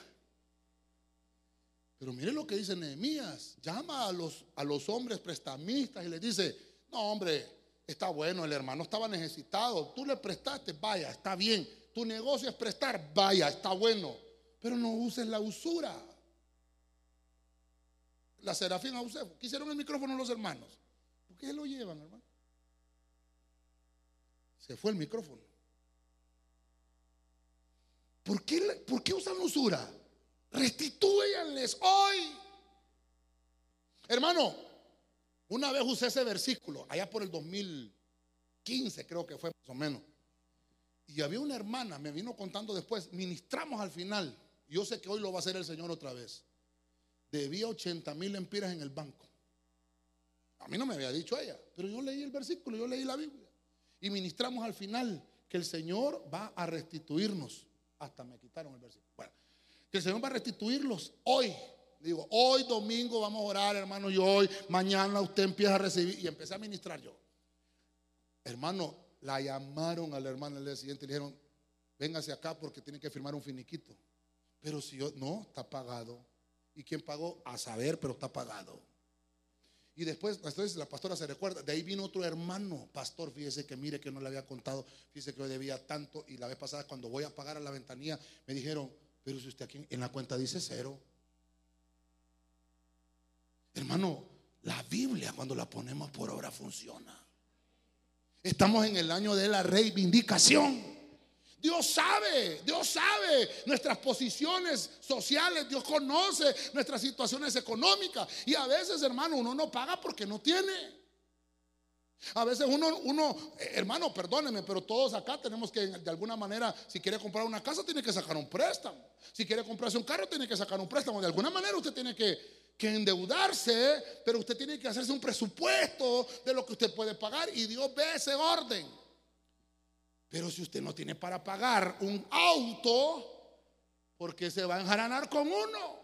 Pero mire lo que dice Nehemías. Llama a los hombres prestamistas y les dice: no, hombre, está bueno, el hermano estaba necesitado, tú le prestaste, vaya, está bien. Tu negocio es prestar, vaya, está bueno, pero no uses la usura. La Serafín Ausefo, quisieron el micrófono los hermanos. ¿Por qué lo llevan, hermano? Se fue el micrófono. ¿Por qué usan usura? Restitúyanles hoy. Hermano, una vez usé ese versículo, allá por el 2015 creo que fue más o menos. Y había una hermana, me vino contando después, ministramos al final. Yo sé que hoy lo va a hacer el Señor otra vez. Debía 80,000 lempiras en el banco. A mí no me había dicho ella, pero yo leí el versículo, yo leí la Biblia. Y ministramos al final que el Señor va a restituirnos. Hasta me quitaron el versículo. Bueno, que el Señor va a restituirlos hoy. Digo, hoy domingo vamos a orar, hermano, y hoy, mañana usted empieza a recibir. Y empecé a ministrar yo. Hermano, la llamaron a la hermana el día siguiente y le dijeron, véngase acá porque tiene que firmar un finiquito. Pero si yo, no, está pagado. ¿Y quién pagó? A saber, pero está pagado. Y después, entonces la pastora se recuerda, de ahí vino otro hermano, pastor, fíjese que mire que no le había contado, fíjese que yo debía tanto. Y la vez pasada cuando voy a pagar a la ventanilla, me dijeron, pero si usted aquí en la cuenta dice 0. Hermano, la Biblia cuando la ponemos por obra funciona. Estamos en el año de la reivindicación. Dios sabe nuestras posiciones sociales, Dios conoce nuestras situaciones económicas. Y a veces, hermano, uno no paga porque no tiene. A veces uno, hermano, perdóneme, pero todos acá tenemos que, de alguna manera, si quiere comprar una casa, tiene que sacar un préstamo. Si quiere comprarse un carro, tiene que sacar un préstamo. De alguna manera usted tiene que endeudarse, pero usted tiene que hacerse un presupuesto de lo que usted puede pagar, y Dios ve ese orden. Pero si usted no tiene para pagar un auto, ¿por qué se va a enjaranar con uno?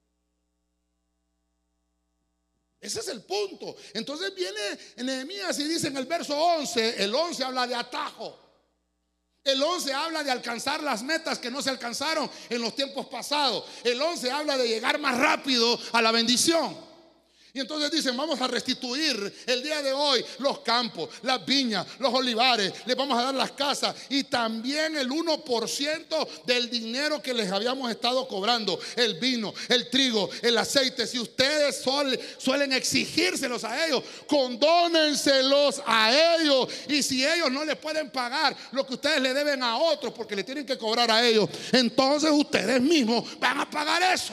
Ese es el punto. Entonces viene Nehemías y dice en el verso 11, el 11 habla de atajo. El 11 habla de alcanzar las metas que no se alcanzaron en los tiempos pasados. El 11 habla de llegar más rápido a la bendición. Y entonces dicen, vamos a restituir el día de hoy los campos, las viñas, los olivares, les vamos a dar las casas y también el 1% del dinero que les habíamos estado cobrando, el vino, el trigo, el aceite. Si ustedes suelen exigírselos a ellos, condónenselos a ellos. Y si ellos no les pueden pagar lo que ustedes le deben a otros porque le tienen que cobrar a ellos, entonces ustedes mismos van a pagar eso.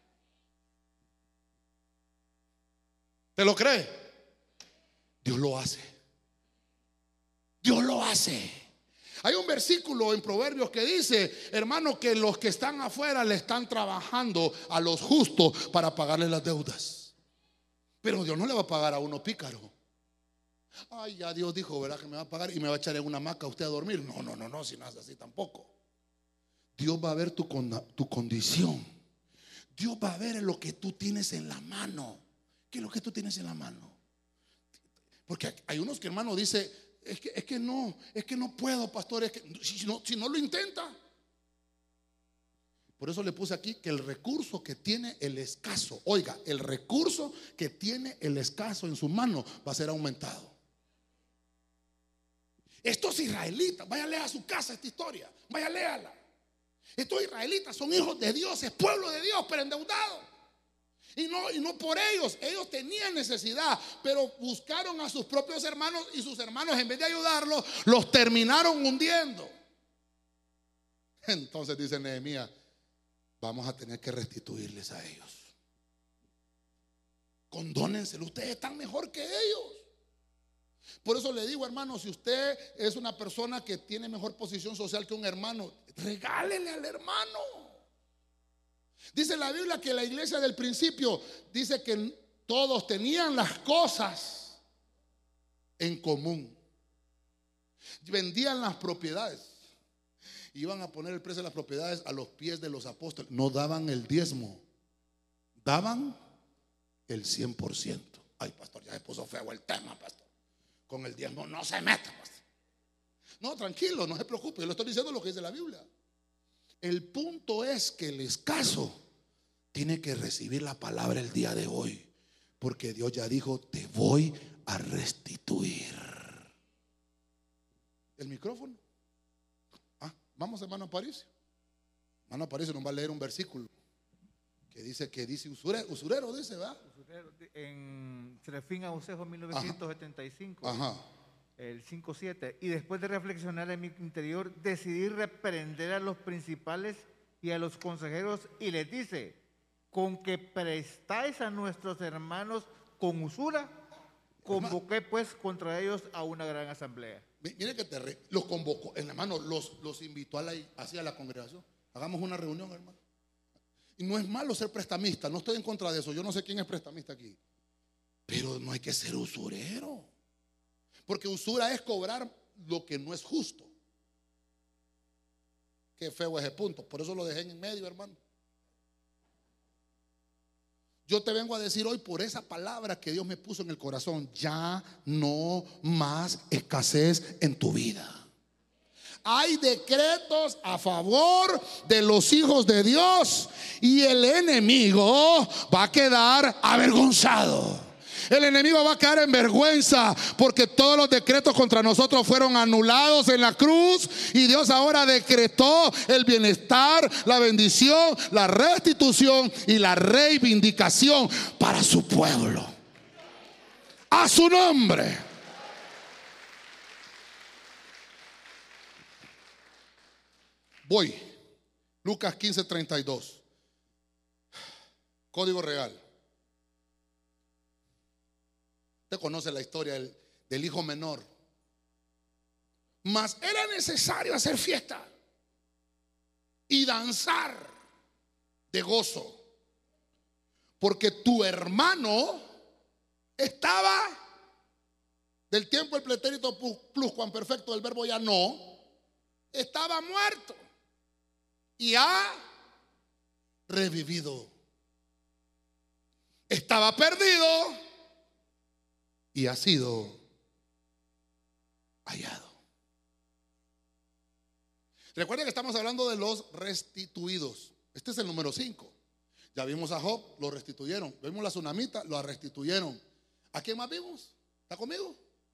¿Te lo cree? Dios lo hace. Dios lo hace. Hay un versículo en Proverbios que dice, hermano, que los que están afuera le están trabajando a los justos para pagarles las deudas. Pero Dios no le va a pagar a uno pícaro. Ay, ya Dios dijo, ¿verdad? Que me va a pagar y me va a echar en una hamaca usted a dormir. No, si no es así tampoco. Dios va a ver tu condición. Dios va a ver lo que tú tienes en la mano. ¿Qué es lo que tú tienes en la mano? Porque hay unos que, hermano, dice, es que no puedo, pastor, es que si no lo intenta. Por eso le puse aquí que el recurso que tiene el escaso, oiga, el recurso que tiene el escaso en su mano va a ser aumentado. Estos israelitas, vaya a leer a su casa esta historia, vaya a léala. Estos israelitas son hijos de Dios, es pueblo de Dios, pero endeudados. Y no por ellos tenían necesidad, pero buscaron a sus propios hermanos y sus hermanos, en vez de ayudarlos, los terminaron hundiendo. Entonces dice Nehemías, vamos a tener que restituirles a ellos. Condónenselo, ustedes están mejor que ellos. Por eso le digo, hermano, si usted es una persona que tiene mejor posición social que un hermano, regálele al hermano. Dice la Biblia que la iglesia del principio dice que todos tenían las cosas en común. Vendían las propiedades. Iban a poner el precio de las propiedades a los pies de los apóstoles. No daban el diezmo, daban el 100%. Ay, pastor, ya se puso feo el tema, pastor. Con el diezmo no se meta, pastor. No, tranquilo, no se preocupe. Yo le estoy diciendo lo que dice la Biblia. El punto es que el escaso tiene que recibir la palabra el día de hoy, porque Dios ya dijo, te voy a restituir. ¿El micrófono? Vamos, hermano Aparicio. Hermano Aparicio nos va a leer un versículo que dice usurero dice, ¿verdad? Usurero, en Serafín Aucejo 1975. Ajá. el 5:7, y después de reflexionar en mi interior, decidí reprender a los principales y a los consejeros, y les dice: con que prestáis a nuestros hermanos con usura, convoqué pues contra ellos a una gran asamblea. Mire que los convocó, en la mano, los invitó hacia la congregación. Hagamos una reunión, hermano. Y no es malo ser prestamista, no estoy en contra de eso. Yo no sé quién es prestamista aquí, pero no hay que ser usurero, porque usura es cobrar lo que no es justo. Qué feo ese punto, por eso lo dejé en medio, hermano. Yo te vengo a decir hoy, por esa palabra que Dios me puso en el corazón: ya no más escasez en tu vida. Hay decretos a favor de los hijos de Dios y el enemigo va a quedar avergonzado. El enemigo va a quedar en vergüenza, porque todos los decretos contra nosotros fueron anulados en la cruz, y Dios ahora decretó el bienestar, la bendición, la restitución y la reivindicación para su pueblo. A su nombre. Voy. Lucas 15:32. Código real. Usted conoce la historia del hijo menor. Mas era necesario hacer fiesta y danzar de gozo, porque tu hermano estaba, del tiempo del pretérito pluscuamperfecto del verbo ya no, estaba muerto y ha revivido. Estaba perdido y ha sido hallado. Recuerden que estamos hablando de los restituidos. Este es el número 5. Ya vimos a Job, lo restituyeron. Vimos la tsunamita, lo restituyeron. ¿A quién más vimos? ¿Está conmigo?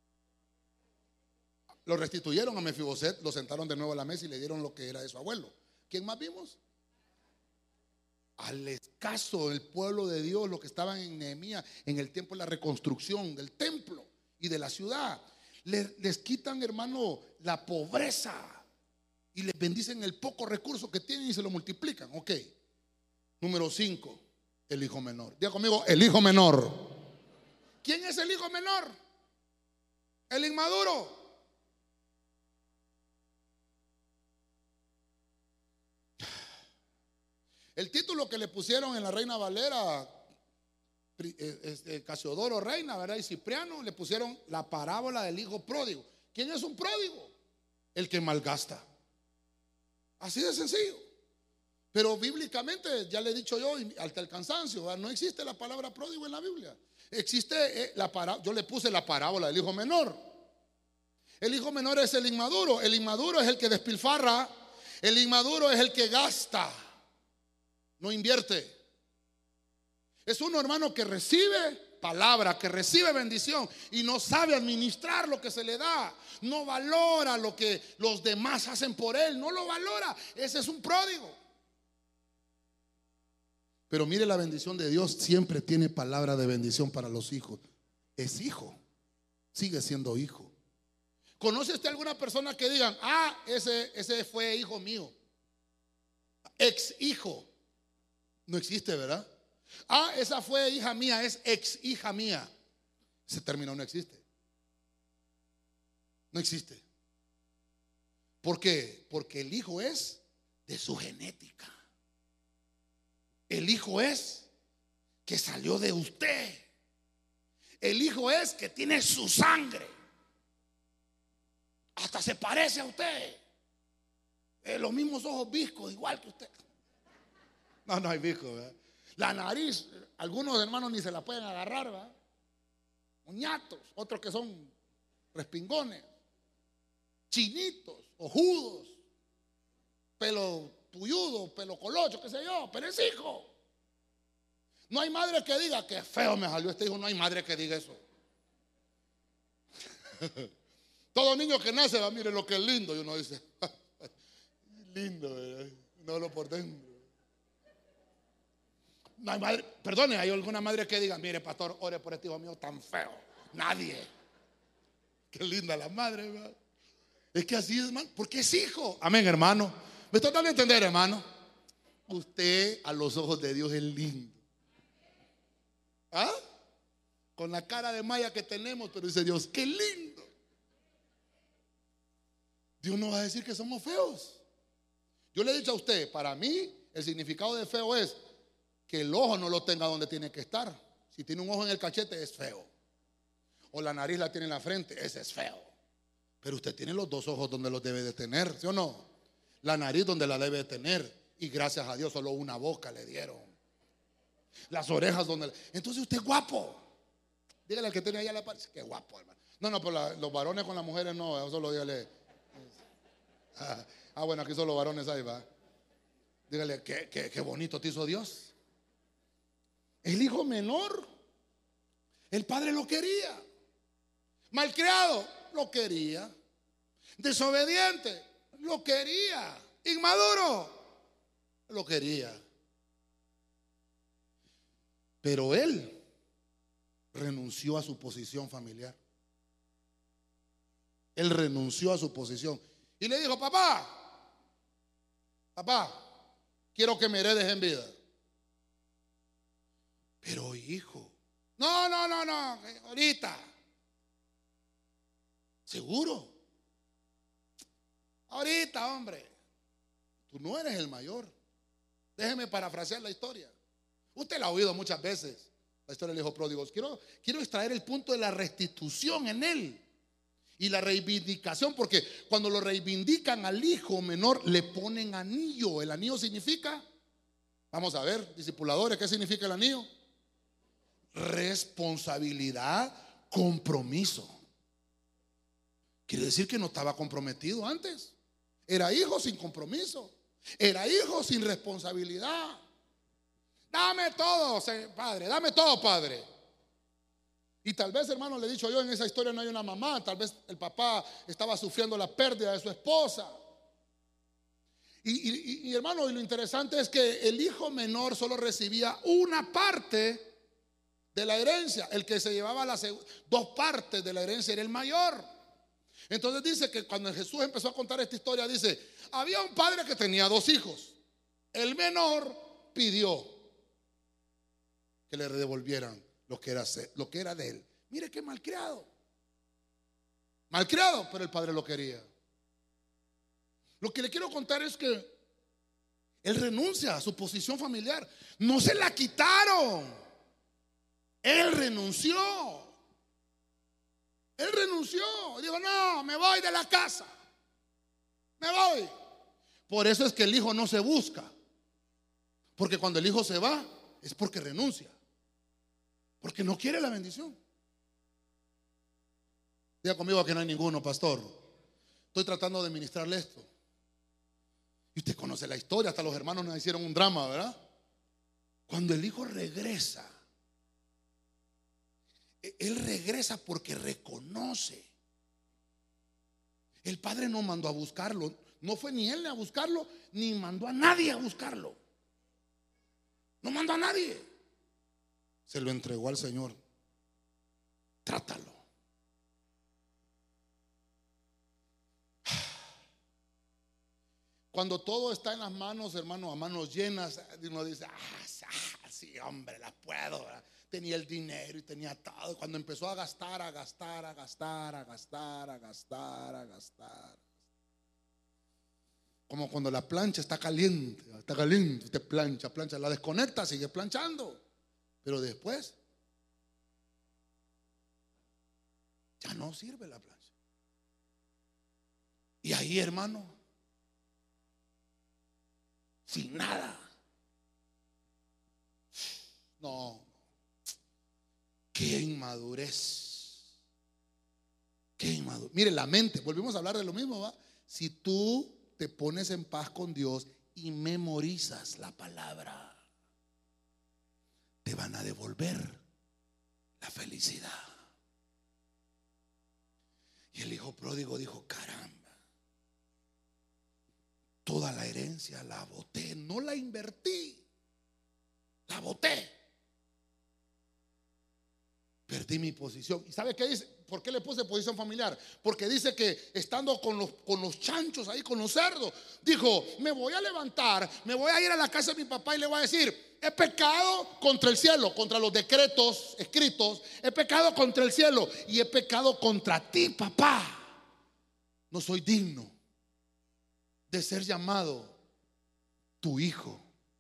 Lo restituyeron a Mefiboset, lo sentaron de nuevo a la mesa y le dieron lo que era de su abuelo. ¿Quién más vimos? Al escaso el pueblo de Dios, los que estaban en Nehemías en el tiempo de la reconstrucción del templo y de la ciudad. Les quitan, hermano, la pobreza y les bendicen el poco recurso que tienen y se lo multiplican. Ok. Número 5, el hijo menor. Diga conmigo, el hijo menor. ¿Quién es el hijo menor? El inmaduro. El título que le pusieron en la Reina Valera, Casiodoro Reina, ¿verdad? Y Cipriano, le pusieron la parábola del hijo pródigo. ¿Quién es un pródigo? El que malgasta. Así de sencillo. Pero bíblicamente, ya le he dicho yo, hasta el cansancio, ¿verdad? No existe la palabra pródigo en la Biblia. Existe yo le puse la parábola del hijo menor. El hijo menor es el inmaduro. El inmaduro es el que despilfarra. El inmaduro es el que gasta, no invierte. Es uno, hermano, que recibe palabra, que recibe bendición y no sabe administrar lo que se le da. No valora lo que los demás hacen por él. No lo valora. Ese es un pródigo. Pero mire, la bendición de Dios siempre tiene palabra de bendición para los hijos. Es hijo, sigue siendo hijo. ¿Conoce usted alguna persona que digan: ah, ese fue hijo mío, ex hijo? No existe, ¿verdad? Ah, esa fue hija mía, es ex hija mía. Ese término no existe. No existe. ¿Por qué? Porque el hijo es de su genética. El hijo es que salió de usted. El hijo es que tiene su sangre. Hasta se parece a usted. Los mismos ojos viscos, igual que usted. No hay visco, ¿verdad? La nariz, algunos hermanos ni se la pueden agarrar, ¿verdad? Moñatos, otros que son respingones, chinitos, ojudos, pelo tuyudo, pelo colocho, qué sé yo, pero es hijo. No hay madre que diga: qué feo me salió este hijo. No hay madre que diga eso. Todo niño que nace va: mire lo que es lindo. Y uno dice: lindo, ¿verdad? No lo por dentro. No hay madre, perdone, hay alguna madre que diga: mire, pastor, ore por este hijo mío tan feo. Nadie. Qué linda la madre, ¿verdad? Es que así es, hermano, porque es hijo. Amén, hermano. ¿Me está dando a entender, hermano? Usted a los ojos de Dios es lindo. ¿Ah? Con la cara de maya que tenemos, pero dice Dios, qué lindo. Dios no va a decir que somos feos. Yo le he dicho a usted, para mí el significado de feo es que el ojo no lo tenga donde tiene que estar. Si tiene un ojo en el cachete es feo, o la nariz la tiene en la frente, ese es feo. Pero usted tiene los dos ojos donde los debe de tener, ¿sí o no? La nariz donde la debe de tener. Y gracias a Dios solo una boca le dieron. Las orejas donde... Entonces usted es guapo. Dígale al que tiene allá la parte, qué guapo, hermano. No, pero los varones con las mujeres no, solo dígale. Bueno, aquí solo varones hay, va. Dígale, qué bonito te hizo Dios. El hijo menor, el padre lo quería. Malcriado, lo quería. Desobediente, lo quería. Inmaduro, lo quería. Pero él renunció a su posición familiar. Él renunció a su posición y le dijo, papá, quiero que me heredes en vida. Pero hijo, no, ahorita. ¿Seguro? Ahorita, hombre. Tú no eres el mayor. Déjeme parafrasear la historia. Usted la ha oído muchas veces, la historia del hijo pródigo. Quiero extraer el punto de la restitución en él y la reivindicación, porque cuando lo reivindican al hijo menor le ponen anillo. El anillo significa, vamos a ver, discipuladores, ¿qué significa el anillo? Responsabilidad, compromiso. Quiere decir que no estaba comprometido antes. Era hijo sin compromiso. Era hijo sin responsabilidad. Dame todo, padre, dame todo, padre. Y tal vez, hermano, le he dicho yo, en esa historia no hay una mamá. Tal vez el papá estaba sufriendo la pérdida de su esposa. Y hermano, y lo interesante es que el hijo menor solo recibía una parte de la herencia. El que se llevaba las dos partes de la herencia era el mayor. Entonces dice que cuando Jesús empezó a contar esta historia, dice, había un padre que tenía dos hijos. El menor pidió que le devolvieran lo que era de él. Mire qué malcriado, pero el padre lo quería. Lo que le quiero contar es que él renuncia a su posición familiar. No se la quitaron. Él renunció. Dijo, no, me voy de la casa. Me voy. Por eso es que el hijo no se busca. Porque cuando el hijo se va, es porque renuncia. Porque no quiere la bendición. Diga conmigo que no hay ninguno, pastor. Estoy tratando de ministrarle esto. Y usted conoce la historia, hasta los hermanos nos hicieron un drama, ¿verdad? Cuando el hijo regresa, él regresa porque reconoce. El padre no mandó a buscarlo. No fue ni él a buscarlo, ni mandó a nadie a buscarlo. No mandó a nadie. Se lo entregó al Señor. Trátalo. Cuando todo está en las manos, hermano, a manos llenas, uno dice, sí, hombre, la puedo, ¿verdad? Tenía el dinero y tenía todo. Cuando empezó a gastar. Como cuando la plancha está caliente, usted plancha, la desconecta, sigue planchando. Pero después ya no sirve la plancha. Y ahí, hermano, sin nada. No. Qué inmadurez. Mire, la mente, volvemos a hablar de lo mismo, ¿va? Si tú te pones en paz con Dios y memorizas la palabra, te van a devolver la felicidad. Y el hijo pródigo dijo, caramba, toda la herencia la boté, no la invertí, la boté. Perdí mi posición. ¿Y sabe qué dice? ¿Por qué le puse posición familiar? Porque dice que estando con los chanchos ahí, con los cerdos, dijo, me voy a levantar, me voy a ir a la casa de mi papá y le voy a decir, he pecado contra el cielo, contra los decretos escritos, he pecado contra el cielo y he pecado contra ti, papá. No soy digno de ser llamado tu hijo.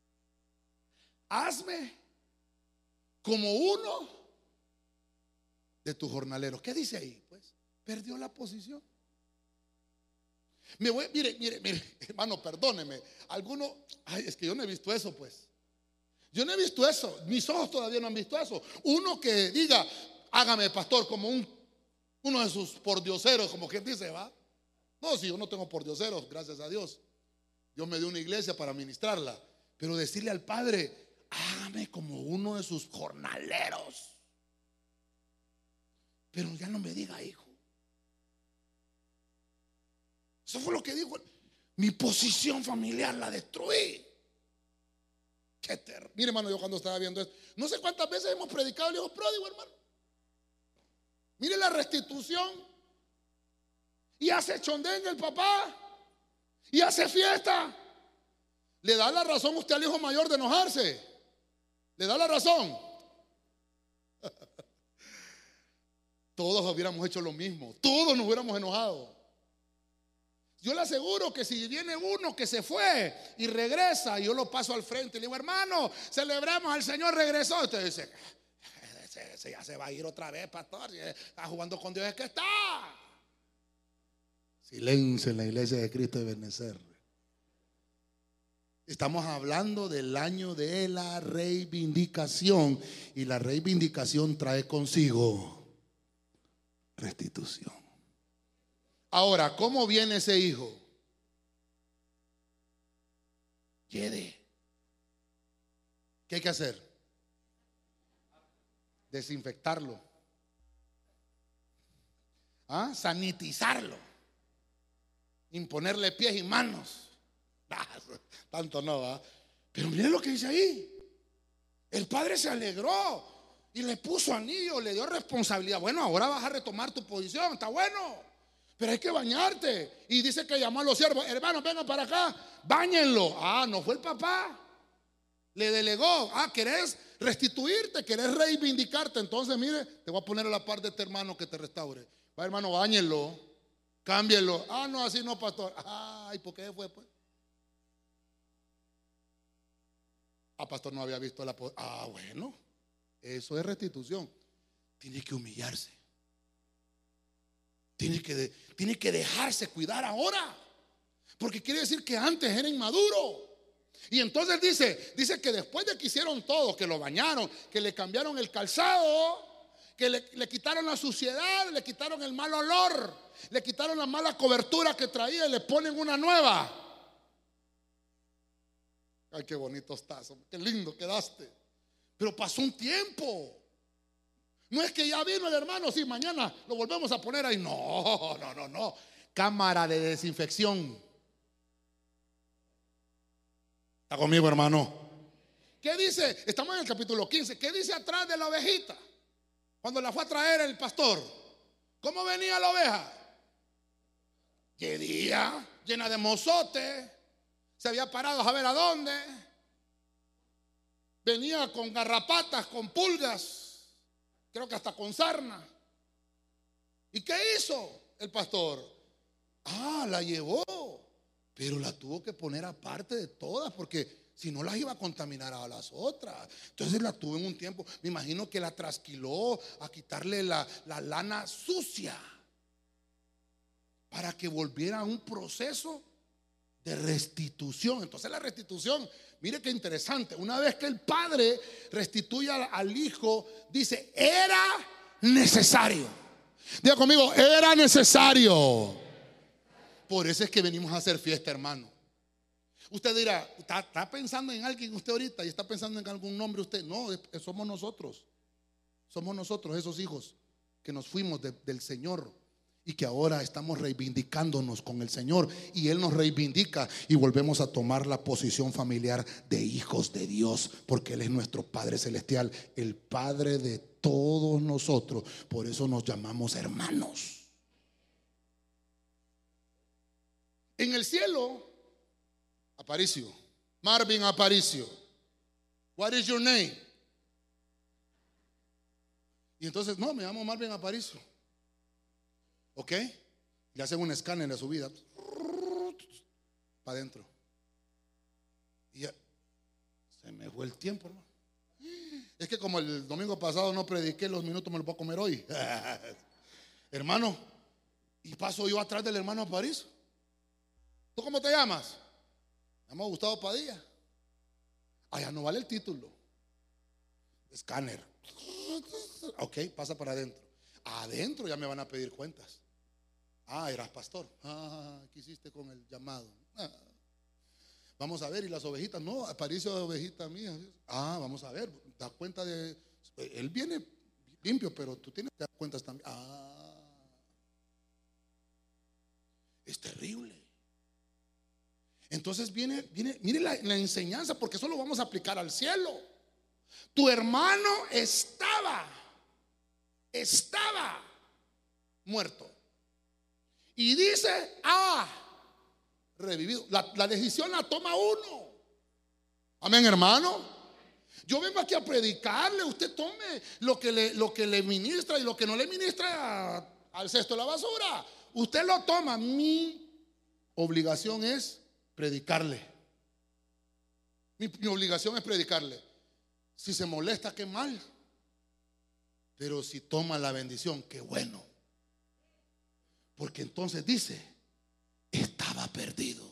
Hazme como uno de tus jornaleros. ¿Qué dice ahí? Pues perdió la posición. Mire, hermano, perdóneme. Alguno, es que yo no he visto eso, pues. Yo no he visto eso. Mis ojos todavía no han visto eso. Uno que diga, hágame pastor, como uno de sus pordioseros, como quien dice, ¿va? No, si yo no tengo pordioseros, gracias a Dios. Dios me dio una iglesia para ministrarla. Pero decirle al Padre, hágame como uno de sus jornaleros. Pero ya no me diga hijo. Eso fue lo que dijo. Mi posición familiar la destruí. Qué terrible. Mire, hermano, yo cuando estaba viendo esto, no sé cuántas veces hemos predicado el hijo pródigo, hermano. Mire la restitución. Y hace chondengue el papá. Y hace fiesta. Le da la razón usted al hijo mayor de enojarse. Le da la razón. Todos hubiéramos hecho lo mismo. Todos nos hubiéramos enojado. Yo le aseguro que si viene uno que se fue y regresa, y yo lo paso al frente y le digo, hermano, celebremos, al Señor regresó. Usted dice, ese ya se va a ir otra vez, pastor. Está jugando con Dios, es que está. Silencio en la iglesia de Cristo de Benecer. Estamos hablando del año de la reivindicación, y la reivindicación trae consigo restitución. Ahora, ¿cómo viene ese hijo? ¿Qué hay que hacer? Desinfectarlo. Sanitizarlo. Imponerle pies y manos. Tanto no, ¿va? Pero miren lo que dice ahí. El padre se alegró y le puso anillo, le dio responsabilidad. Bueno, ahora vas a retomar tu posición, está bueno. Pero hay que bañarte. Y dice que llamó a los siervos, hermanos, vengan para acá, báñenlo. No fue el papá. Le delegó. ¿Querés restituirte? ¿Querés reivindicarte? Entonces, mire, te voy a poner a la par de este hermano que te restaure. Va, hermano, báñenlo, cámbienlo. No, así no, pastor. ¿Y por qué fue, pues? Pastor, no había visto la... bueno, eso es restitución. Tiene que humillarse. Tiene que dejarse cuidar ahora. Porque quiere decir que antes era inmaduro. Y entonces dice que después de que hicieron todo, que lo bañaron, que le cambiaron el calzado, que le quitaron la suciedad, le quitaron el mal olor, le quitaron la mala cobertura que traía y le ponen una nueva. Ay, qué bonito estás, qué lindo quedaste. Pero pasó un tiempo. No es que ya vino el hermano, sí, mañana lo volvemos a poner ahí. No. Cámara de desinfección. ¿Está conmigo, hermano? ¿Qué dice? Estamos en el capítulo 15. ¿Qué dice atrás de la ovejita? Cuando la fue a traer el pastor. ¿Cómo venía la oveja? ¿Qué día? Llena de mozote. Se había parado a ver a dónde. Venía con garrapatas, con pulgas, creo que hasta con sarna. ¿Y qué hizo el pastor? La llevó, pero la tuvo que poner aparte de todas, porque si no las iba a contaminar a las otras. Entonces la tuvo en un tiempo, me imagino que la trasquiló a quitarle la lana sucia, para que volviera a un proceso de restitución. Entonces la restitución, mire qué interesante. Una vez que el padre restituye al hijo, dice, era necesario. Diga conmigo, era necesario. Por eso es que venimos a hacer fiesta, hermano. Usted dirá, ¿está pensando en alguien usted ahorita? ¿Y está pensando en algún nombre usted? No, somos nosotros. Somos nosotros esos hijos que nos fuimos del Señor. y que ahora estamos reivindicándonos con el Señor y Él nos reivindica y volvemos a tomar la posición familiar de hijos de Dios, porque Él es nuestro Padre Celestial, el Padre de todos nosotros. Por eso nos llamamos hermanos. En el cielo, Aparicio, Marvin Aparicio, what is your name? Y entonces, no, me llamo Marvin Aparicio. ¿Ok? Le hacen un escáner a su vida. Para adentro. Y ya, se me fue el tiempo, hermano. Es que como el domingo pasado no prediqué, los minutos me los voy a comer hoy. Hermano, y paso yo atrás del hermano Aparicio. ¿Tú cómo te llamas? Me llamo Gustavo Padilla. Ya no vale el título. Escáner. Ok, pasa para adentro. Adentro ya me van a pedir cuentas. Eras pastor. ¿Qué hiciste con el llamado? Vamos a ver, ¿y las ovejitas? No, Aparicio de ovejita mía. Vamos a ver, da cuenta de. Él viene limpio, pero tú tienes que dar cuentas también. Es terrible. Entonces viene, mire la enseñanza, porque eso lo vamos a aplicar al cielo. Tu hermano estaba muerto. Y dice, revivido. La decisión la toma uno. Amén, hermano. Yo vengo aquí a predicarle. Usted tome lo que le ministra y lo que no le ministra al cesto de la basura. Usted lo toma. Mi obligación es predicarle. Mi obligación es predicarle. Si se molesta, qué mal. Pero si toma la bendición, qué bueno. Porque entonces dice, estaba perdido.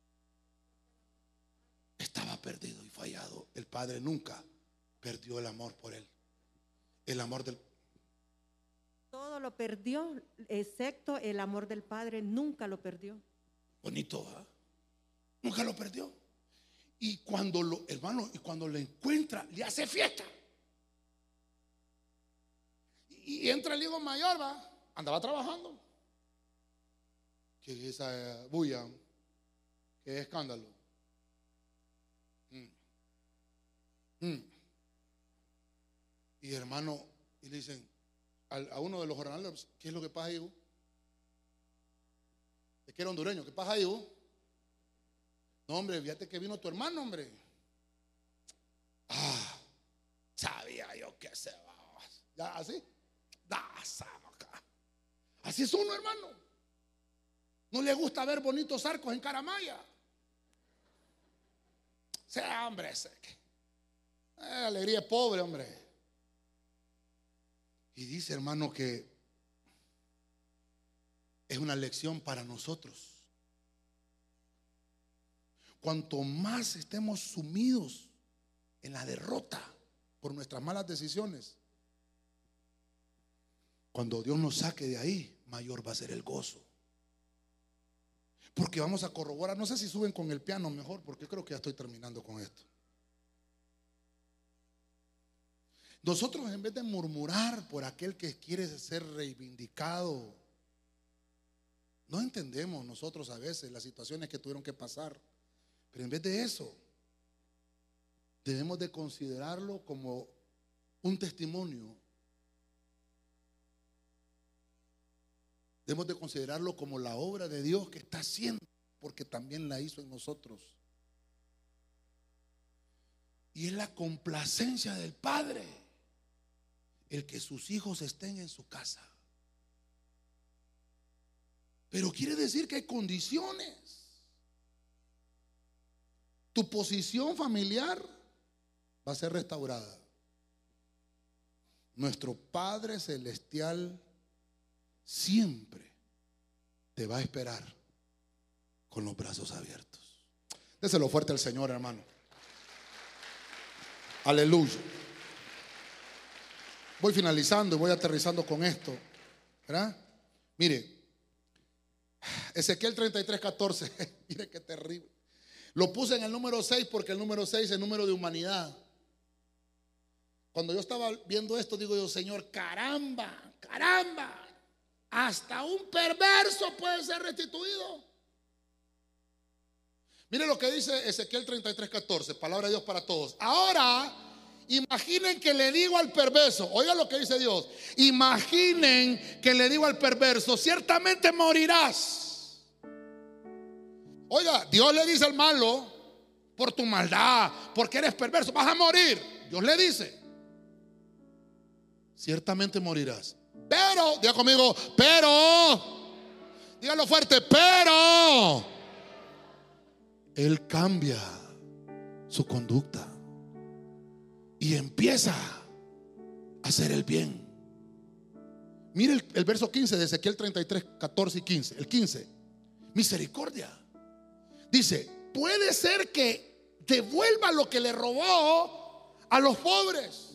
Estaba perdido y fallado. El Padre nunca perdió el amor por él. El amor del... Todo lo perdió, excepto el amor del Padre, nunca lo perdió. Bonito, ¿eh? Nunca lo perdió. Y cuando lo encuentra, le hace fiesta. Y entra el hijo mayor, andaba trabajando. ¿Qué es esa bulla? ¿Qué escándalo? Y hermano, y le dicen a uno de los jornaleros, ¿qué es lo que pasa, hijo? Es que era hondureño, ¿qué pasa, hijo? No, hombre, fíjate que vino tu hermano, hombre. Sabía yo que se va. ¿Ya así? Así es uno, hermano. No le gusta ver bonitos arcos en Caramaya. Sea, hombre, alegría pobre, hombre. Y dice, hermano, que es una lección para nosotros. Cuanto más estemos sumidos en la derrota por nuestras malas decisiones, cuando Dios nos saque de ahí, mayor va a ser el gozo. Porque vamos a corroborar. No sé si suben con el piano mejor, porque creo que ya estoy terminando con esto. Nosotros, en vez de murmurar por aquel que quiere ser reivindicado, no entendemos nosotros a veces las situaciones que tuvieron que pasar. Pero en vez de eso, debemos de considerarlo como un testimonio. Debemos de considerarlo como la obra de Dios que está haciendo, porque también la hizo en nosotros. Y es la complacencia del Padre el que sus hijos estén en su casa. Pero quiere decir que hay condiciones. Tu posición familiar va a ser restaurada. Nuestro Padre Celestial siempre te va a esperar con los brazos abiertos. Déselo fuerte al Señor, hermano. Aleluya. Voy finalizando y voy aterrizando con esto, ¿verdad? Mire, Ezequiel 33:14. Mire qué terrible. Lo puse en el número 6 porque el número 6 es el número de humanidad. Cuando yo estaba viendo esto, digo yo, Señor, caramba, hasta un perverso puede ser restituido. Mire lo que dice Ezequiel 33:14, palabra de Dios para todos. Ahora, imaginen que le digo al perverso, oiga lo que dice Dios, imaginen que le digo al perverso, ciertamente morirás. Oiga, Dios le dice al malo, por tu maldad, porque eres perverso, vas a morir. Dios le dice, ciertamente morirás. Pero, diga conmigo, pero, dígalo fuerte, pero él cambia su conducta y empieza a hacer el bien. Mire el verso 15 de Ezequiel 33, 14 y 15. El 15, misericordia. Dice, puede ser que devuelva lo que le robó a los pobres.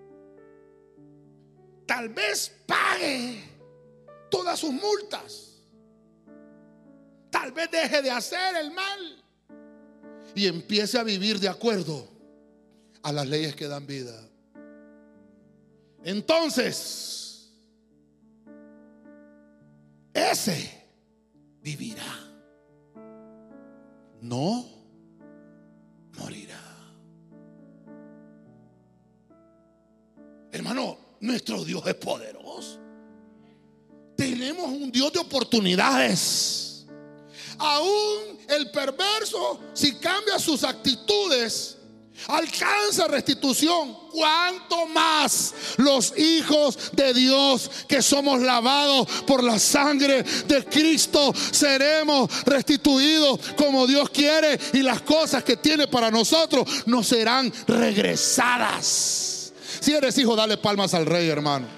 Tal vez pague todas sus multas. Tal vez deje de hacer el mal y empiece a vivir de acuerdo a las leyes que dan vida. Entonces, ese vivirá, no morirá. Hermano, nuestro Dios es poderoso. Tenemos un Dios de oportunidades. Aún el perverso, si cambia sus actitudes, alcanza restitución. Cuanto más los hijos de Dios, que somos lavados por la sangre de Cristo, seremos restituidos como Dios quiere, y las cosas que tiene para nosotros nos serán regresadas. Si eres hijo, dale palmas al Rey, hermano.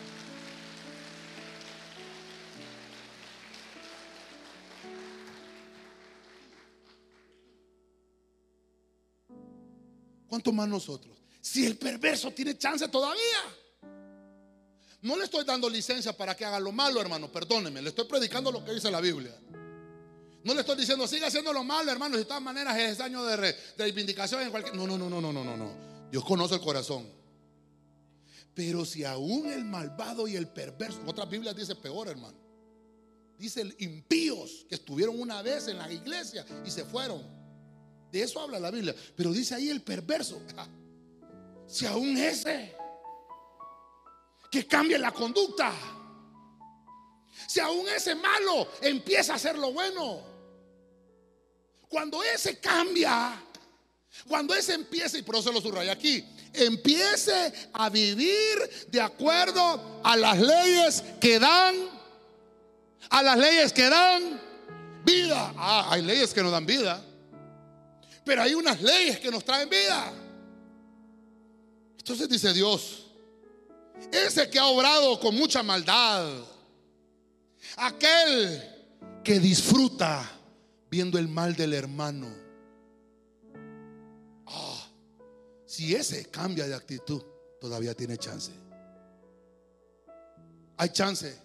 ¿Cuánto más nosotros? Si el perverso tiene chance todavía. No le estoy dando licencia para que haga lo malo, hermano, perdóneme. Le estoy predicando lo que dice la Biblia. No le estoy diciendo siga haciendo lo malo, hermano. De todas maneras es año de reivindicación en cualquier... No. Dios conoce el corazón. Pero si aún el malvado y el perverso, otras Biblias dice peor, hermano. Dice impíos que estuvieron una vez en la iglesia y se fueron. De eso habla la Biblia. Pero dice ahí el perverso. Si aún ese que cambie la conducta, si aún ese malo empieza a hacer lo bueno, cuando ese cambia, cuando ese empieza, y por eso lo subrayo aquí, empiece a vivir de acuerdo a las leyes que dan, vida. Hay leyes que no dan vida, pero hay unas leyes que nos traen vida. Entonces dice Dios, ese que ha obrado con mucha maldad, aquel que disfruta viendo el mal del hermano, si ese cambia de actitud, todavía tiene chance. Hay chance.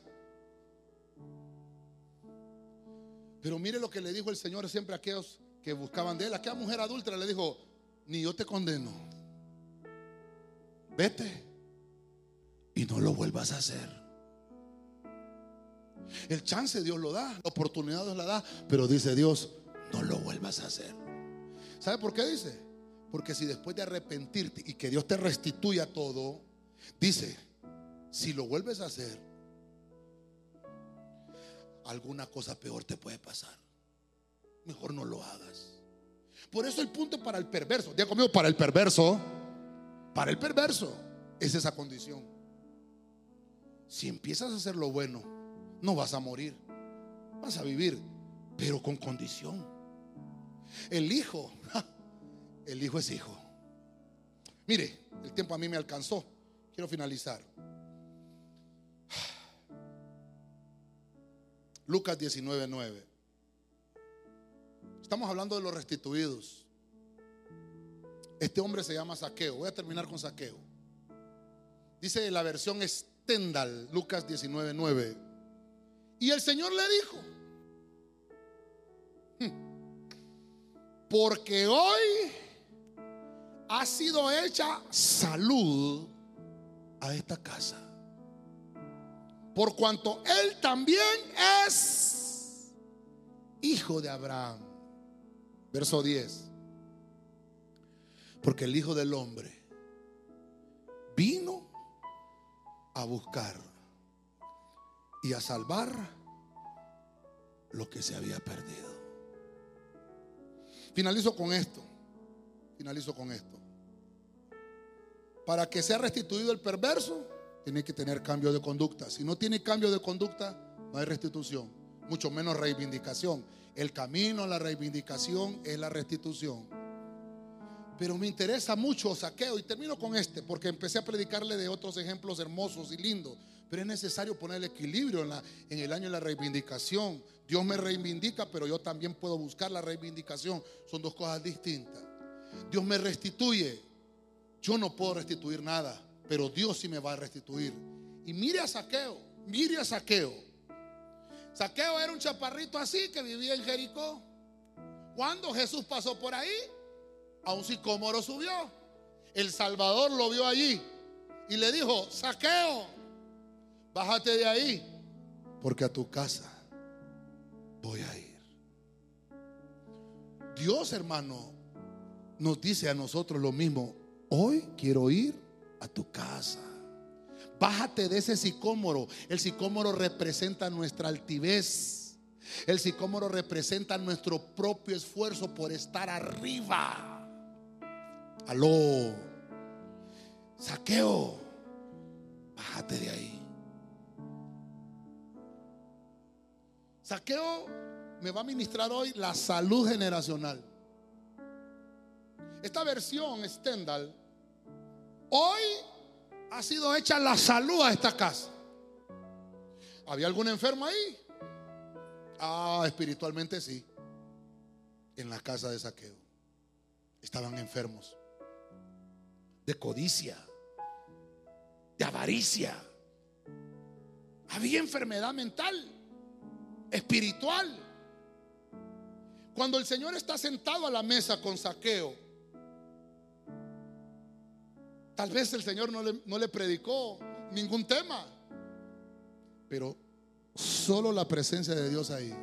Pero mire lo que le dijo el Señor siempre a aquellos que buscaban de él. Aquella mujer adúltera le dijo, ni yo te condeno, vete y no lo vuelvas a hacer. El chance Dios lo da, la oportunidad Dios la da, pero dice Dios, no lo vuelvas a hacer. ¿Sabe por qué dice? Porque si después de arrepentirte y que Dios te restituya todo, dice, si lo vuelves a hacer, alguna cosa peor te puede pasar. Mejor no lo hagas. Por eso el punto para el perverso, diga conmigo, para el perverso es esa condición. Si empiezas a hacer lo bueno, no vas a morir, vas a vivir, pero con condición. El hijo es hijo. Mire, el tiempo a mí me alcanzó. Quiero finalizar. Lucas 19:9. Estamos hablando de los restituidos. Este hombre se llama Zaqueo. Voy a terminar con Zaqueo. Dice la versión Stendhal, Lucas 19:9. Y el Señor le dijo, porque hoy ha sido hecha salud a esta casa. por cuanto él también es hijo de Abraham. Verso 10. Porque el Hijo del Hombre vino a buscar y a salvar lo que se había perdido. Finalizo con esto. Para que sea restituido el perverso, tiene que tener cambio de conducta. Si no tiene cambio de conducta, no hay restitución, mucho menos reivindicación. El camino a la reivindicación es la restitución. Pero me interesa mucho Zaqueo, y termino con este, porque empecé a predicarle de otros ejemplos hermosos y lindos. Pero es necesario poner el equilibrio en el año de la reivindicación. Dios me reivindica, pero yo también puedo buscar la reivindicación. Son dos cosas distintas. Dios me restituye. Yo no puedo restituir nada, pero Dios sí me va a restituir. Y mire a Zaqueo. Zaqueo era un chaparrito así que vivía en Jericó. Cuando Jesús pasó por ahí, a un sicómoro subió. El Salvador lo vio allí y le dijo: Zaqueo, bájate de ahí, porque a tu casa voy a ir. Dios, hermano, nos dice a nosotros lo mismo. Hoy quiero ir a tu casa. Bájate de ese sicómoro. El sicómoro representa nuestra altivez. El sicómoro representa nuestro propio esfuerzo por estar arriba. Aló, Zaqueo, bájate de ahí. Zaqueo me va a ministrar hoy la salud generacional. Esta versión Stendhal, hoy ha sido hecha la salud a esta casa. ¿Había algún enfermo ahí? Espiritualmente sí. En la casa de Zaqueo estaban enfermos de codicia, de avaricia. Había enfermedad mental, espiritual. Cuando el Señor está sentado a la mesa con Zaqueo, tal vez el Señor no le predicó ningún tema, pero solo la presencia de Dios ahí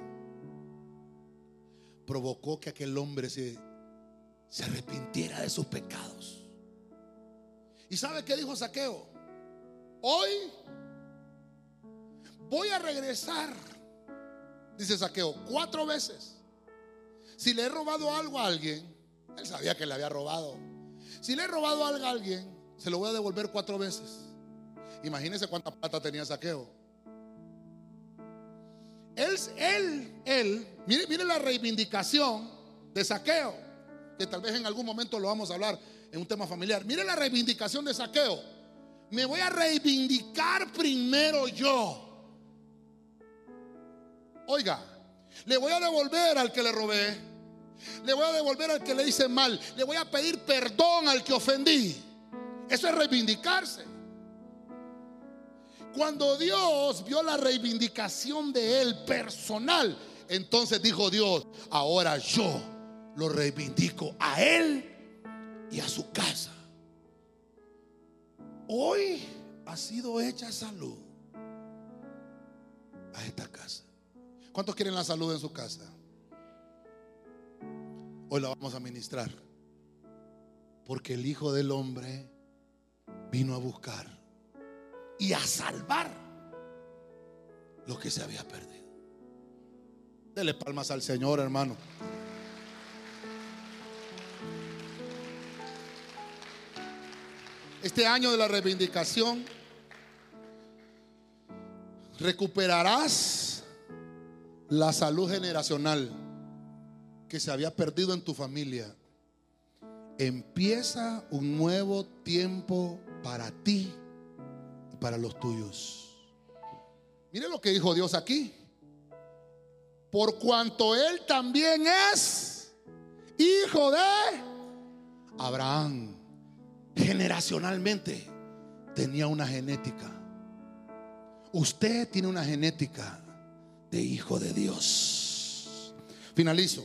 provocó que aquel hombre se arrepintiera de sus pecados. ¿Y sabe qué dijo Zaqueo? Hoy voy a regresar, dice Zaqueo, 4 veces. Si le he robado algo a alguien, él sabía que le había robado. Si le he robado algo a alguien, se lo voy a devolver 4 veces. Imagínense cuánta plata tenía Zaqueo. Mire la reivindicación de Zaqueo, que tal vez en algún momento lo vamos a hablar en un tema familiar. Mire la reivindicación de Zaqueo. Me voy a reivindicar primero yo. Oiga, le voy a devolver al que le robé, le voy a devolver al que le hice mal, le voy a pedir perdón al que ofendí. Eso es reivindicarse. Cuando Dios vio la reivindicación de él personal, entonces dijo Dios: ahora yo lo reivindico a él y a su casa. Hoy ha sido hecha salud a esta casa. ¿Cuántos quieren la salud en su casa? Hoy la vamos a ministrar, porque el Hijo del Hombre vino a buscar y a salvar lo que se había perdido. Dele palmas al Señor, hermano. Este año de la reivindicación recuperarás la salud generacional que se había perdido en tu familia. Empieza un nuevo tiempo para ti y para los tuyos. Mire lo que dijo Dios aquí: por cuanto él también es hijo de Abraham. Generacionalmente tenía una genética. Usted tiene una genética de hijo de Dios. Finalizo.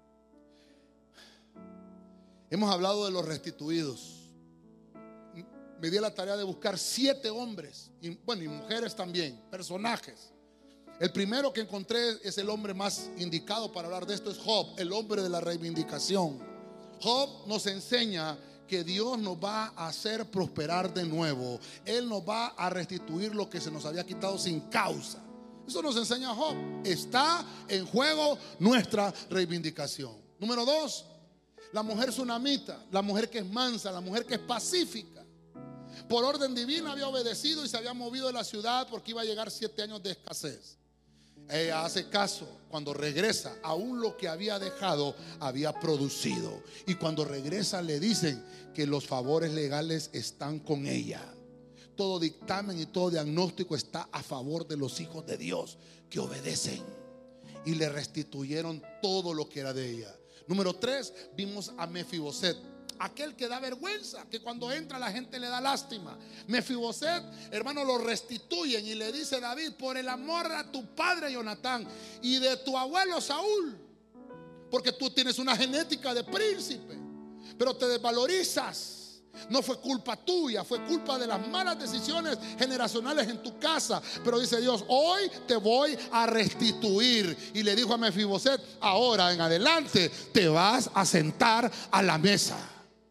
Hemos hablado de los restituidos. me di a la tarea de buscar 7 hombres, y mujeres también, personajes. El primero que encontré es el hombre más indicado para hablar de esto, es Job, el hombre de la reivindicación. Job nos enseña que Dios nos va a hacer prosperar de nuevo. Él nos va a restituir lo que se nos había quitado sin causa. Eso nos enseña Job. Está en juego nuestra reivindicación. Número 2, la mujer sunamita, la mujer que es mansa, la mujer que es pacífica. Por orden divina había obedecido y se había movido de la ciudad porque iba a llegar 7 años de escasez. Ella hace caso. Cuando regresa, aún lo que había dejado había producido. Y cuando regresa le dicen que los favores legales están con ella. Todo dictamen y todo diagnóstico está a favor de los hijos de Dios que obedecen. Y le restituyeron todo lo que era de ella. Número 3, vimos a Mefiboset, aquel que da vergüenza, que cuando entra la gente le da lástima. Mefiboset, hermano, lo restituyen y le dice David: por el amor a tu padre Jonatán y de tu abuelo Saúl, porque tú tienes una genética de príncipe, pero te desvalorizas. No fue culpa tuya, fue culpa de las malas decisiones generacionales en tu casa. Pero dice Dios: hoy te voy a restituir. Y le dijo a Mefiboset: ahora en adelante te vas a sentar a la mesa.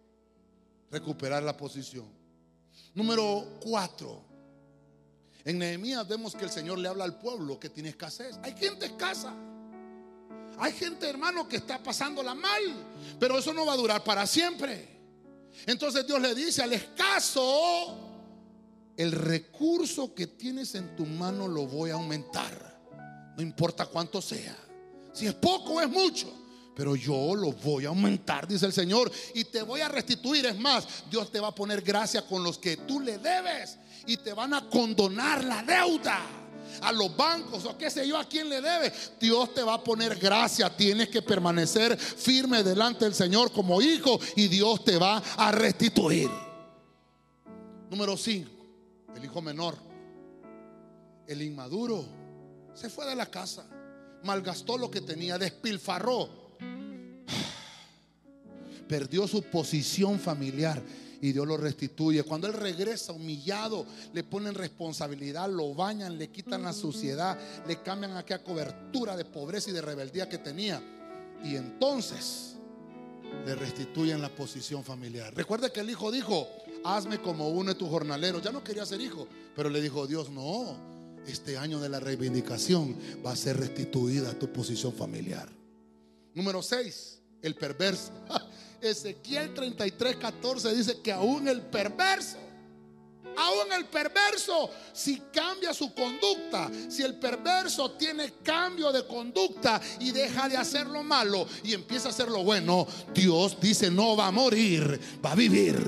Recuperar la posición. Número 4, en Nehemías vemos que el Señor le habla al pueblo que tiene escasez. Hay gente escasa. Hay gente, hermano, que está pasándola mal, pero eso no va a durar para siempre. Entonces Dios le dice al escaso: el recurso que tienes en tu mano lo voy a aumentar. No importa cuánto sea, si es poco o es mucho, pero yo lo voy a aumentar, dice el Señor, y te voy a restituir. Es más, Dios te va a poner gracia con los que tú le debes y te van a condonar la deuda. A los bancos o qué sé yo, a quién le debe, Dios te va a poner gracia. Tienes que permanecer firme delante del Señor como hijo y Dios te va a restituir. Número 5, el hijo menor, el inmaduro, se fue de la casa, malgastó lo que tenía, despilfarró, perdió su posición familiar. Y Dios lo restituye. Cuando él regresa humillado, le ponen responsabilidad, lo bañan, le quitan la suciedad, le cambian aquella cobertura de pobreza y de rebeldía que tenía, y entonces le restituyen la posición familiar. Recuerde que el hijo dijo: hazme como uno de tus jornaleros. Ya no quería ser hijo, pero le dijo Dios: no, este año de la reivindicación va a ser restituida tu posición familiar. Número 6, el perverso. Ezequiel 33:14 dice que aún el perverso, si cambia su conducta, si el perverso tiene cambio de conducta y deja de hacer lo malo y empieza a hacer lo bueno, Dios dice: no va a morir, va a vivir.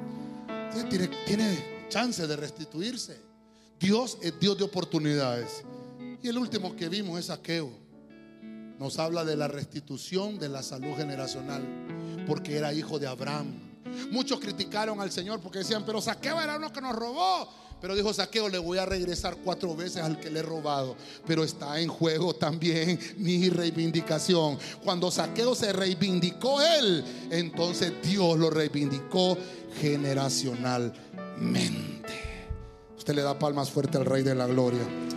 Tiene chance de restituirse. Dios es Dios de oportunidades. Y el último que vimos es Zaqueo. Nos habla de la restitución de la salud generacional, porque era hijo de Abraham. Muchos criticaron al Señor porque decían: pero Zaqueo era uno que nos robó. Pero dijo Zaqueo: le voy a regresar 4 veces al que le he robado. Pero está en juego también mi reivindicación. Cuando Zaqueo se reivindicó él, entonces Dios lo reivindicó generacionalmente. Usted le da palmas fuerte al Rey de la Gloria.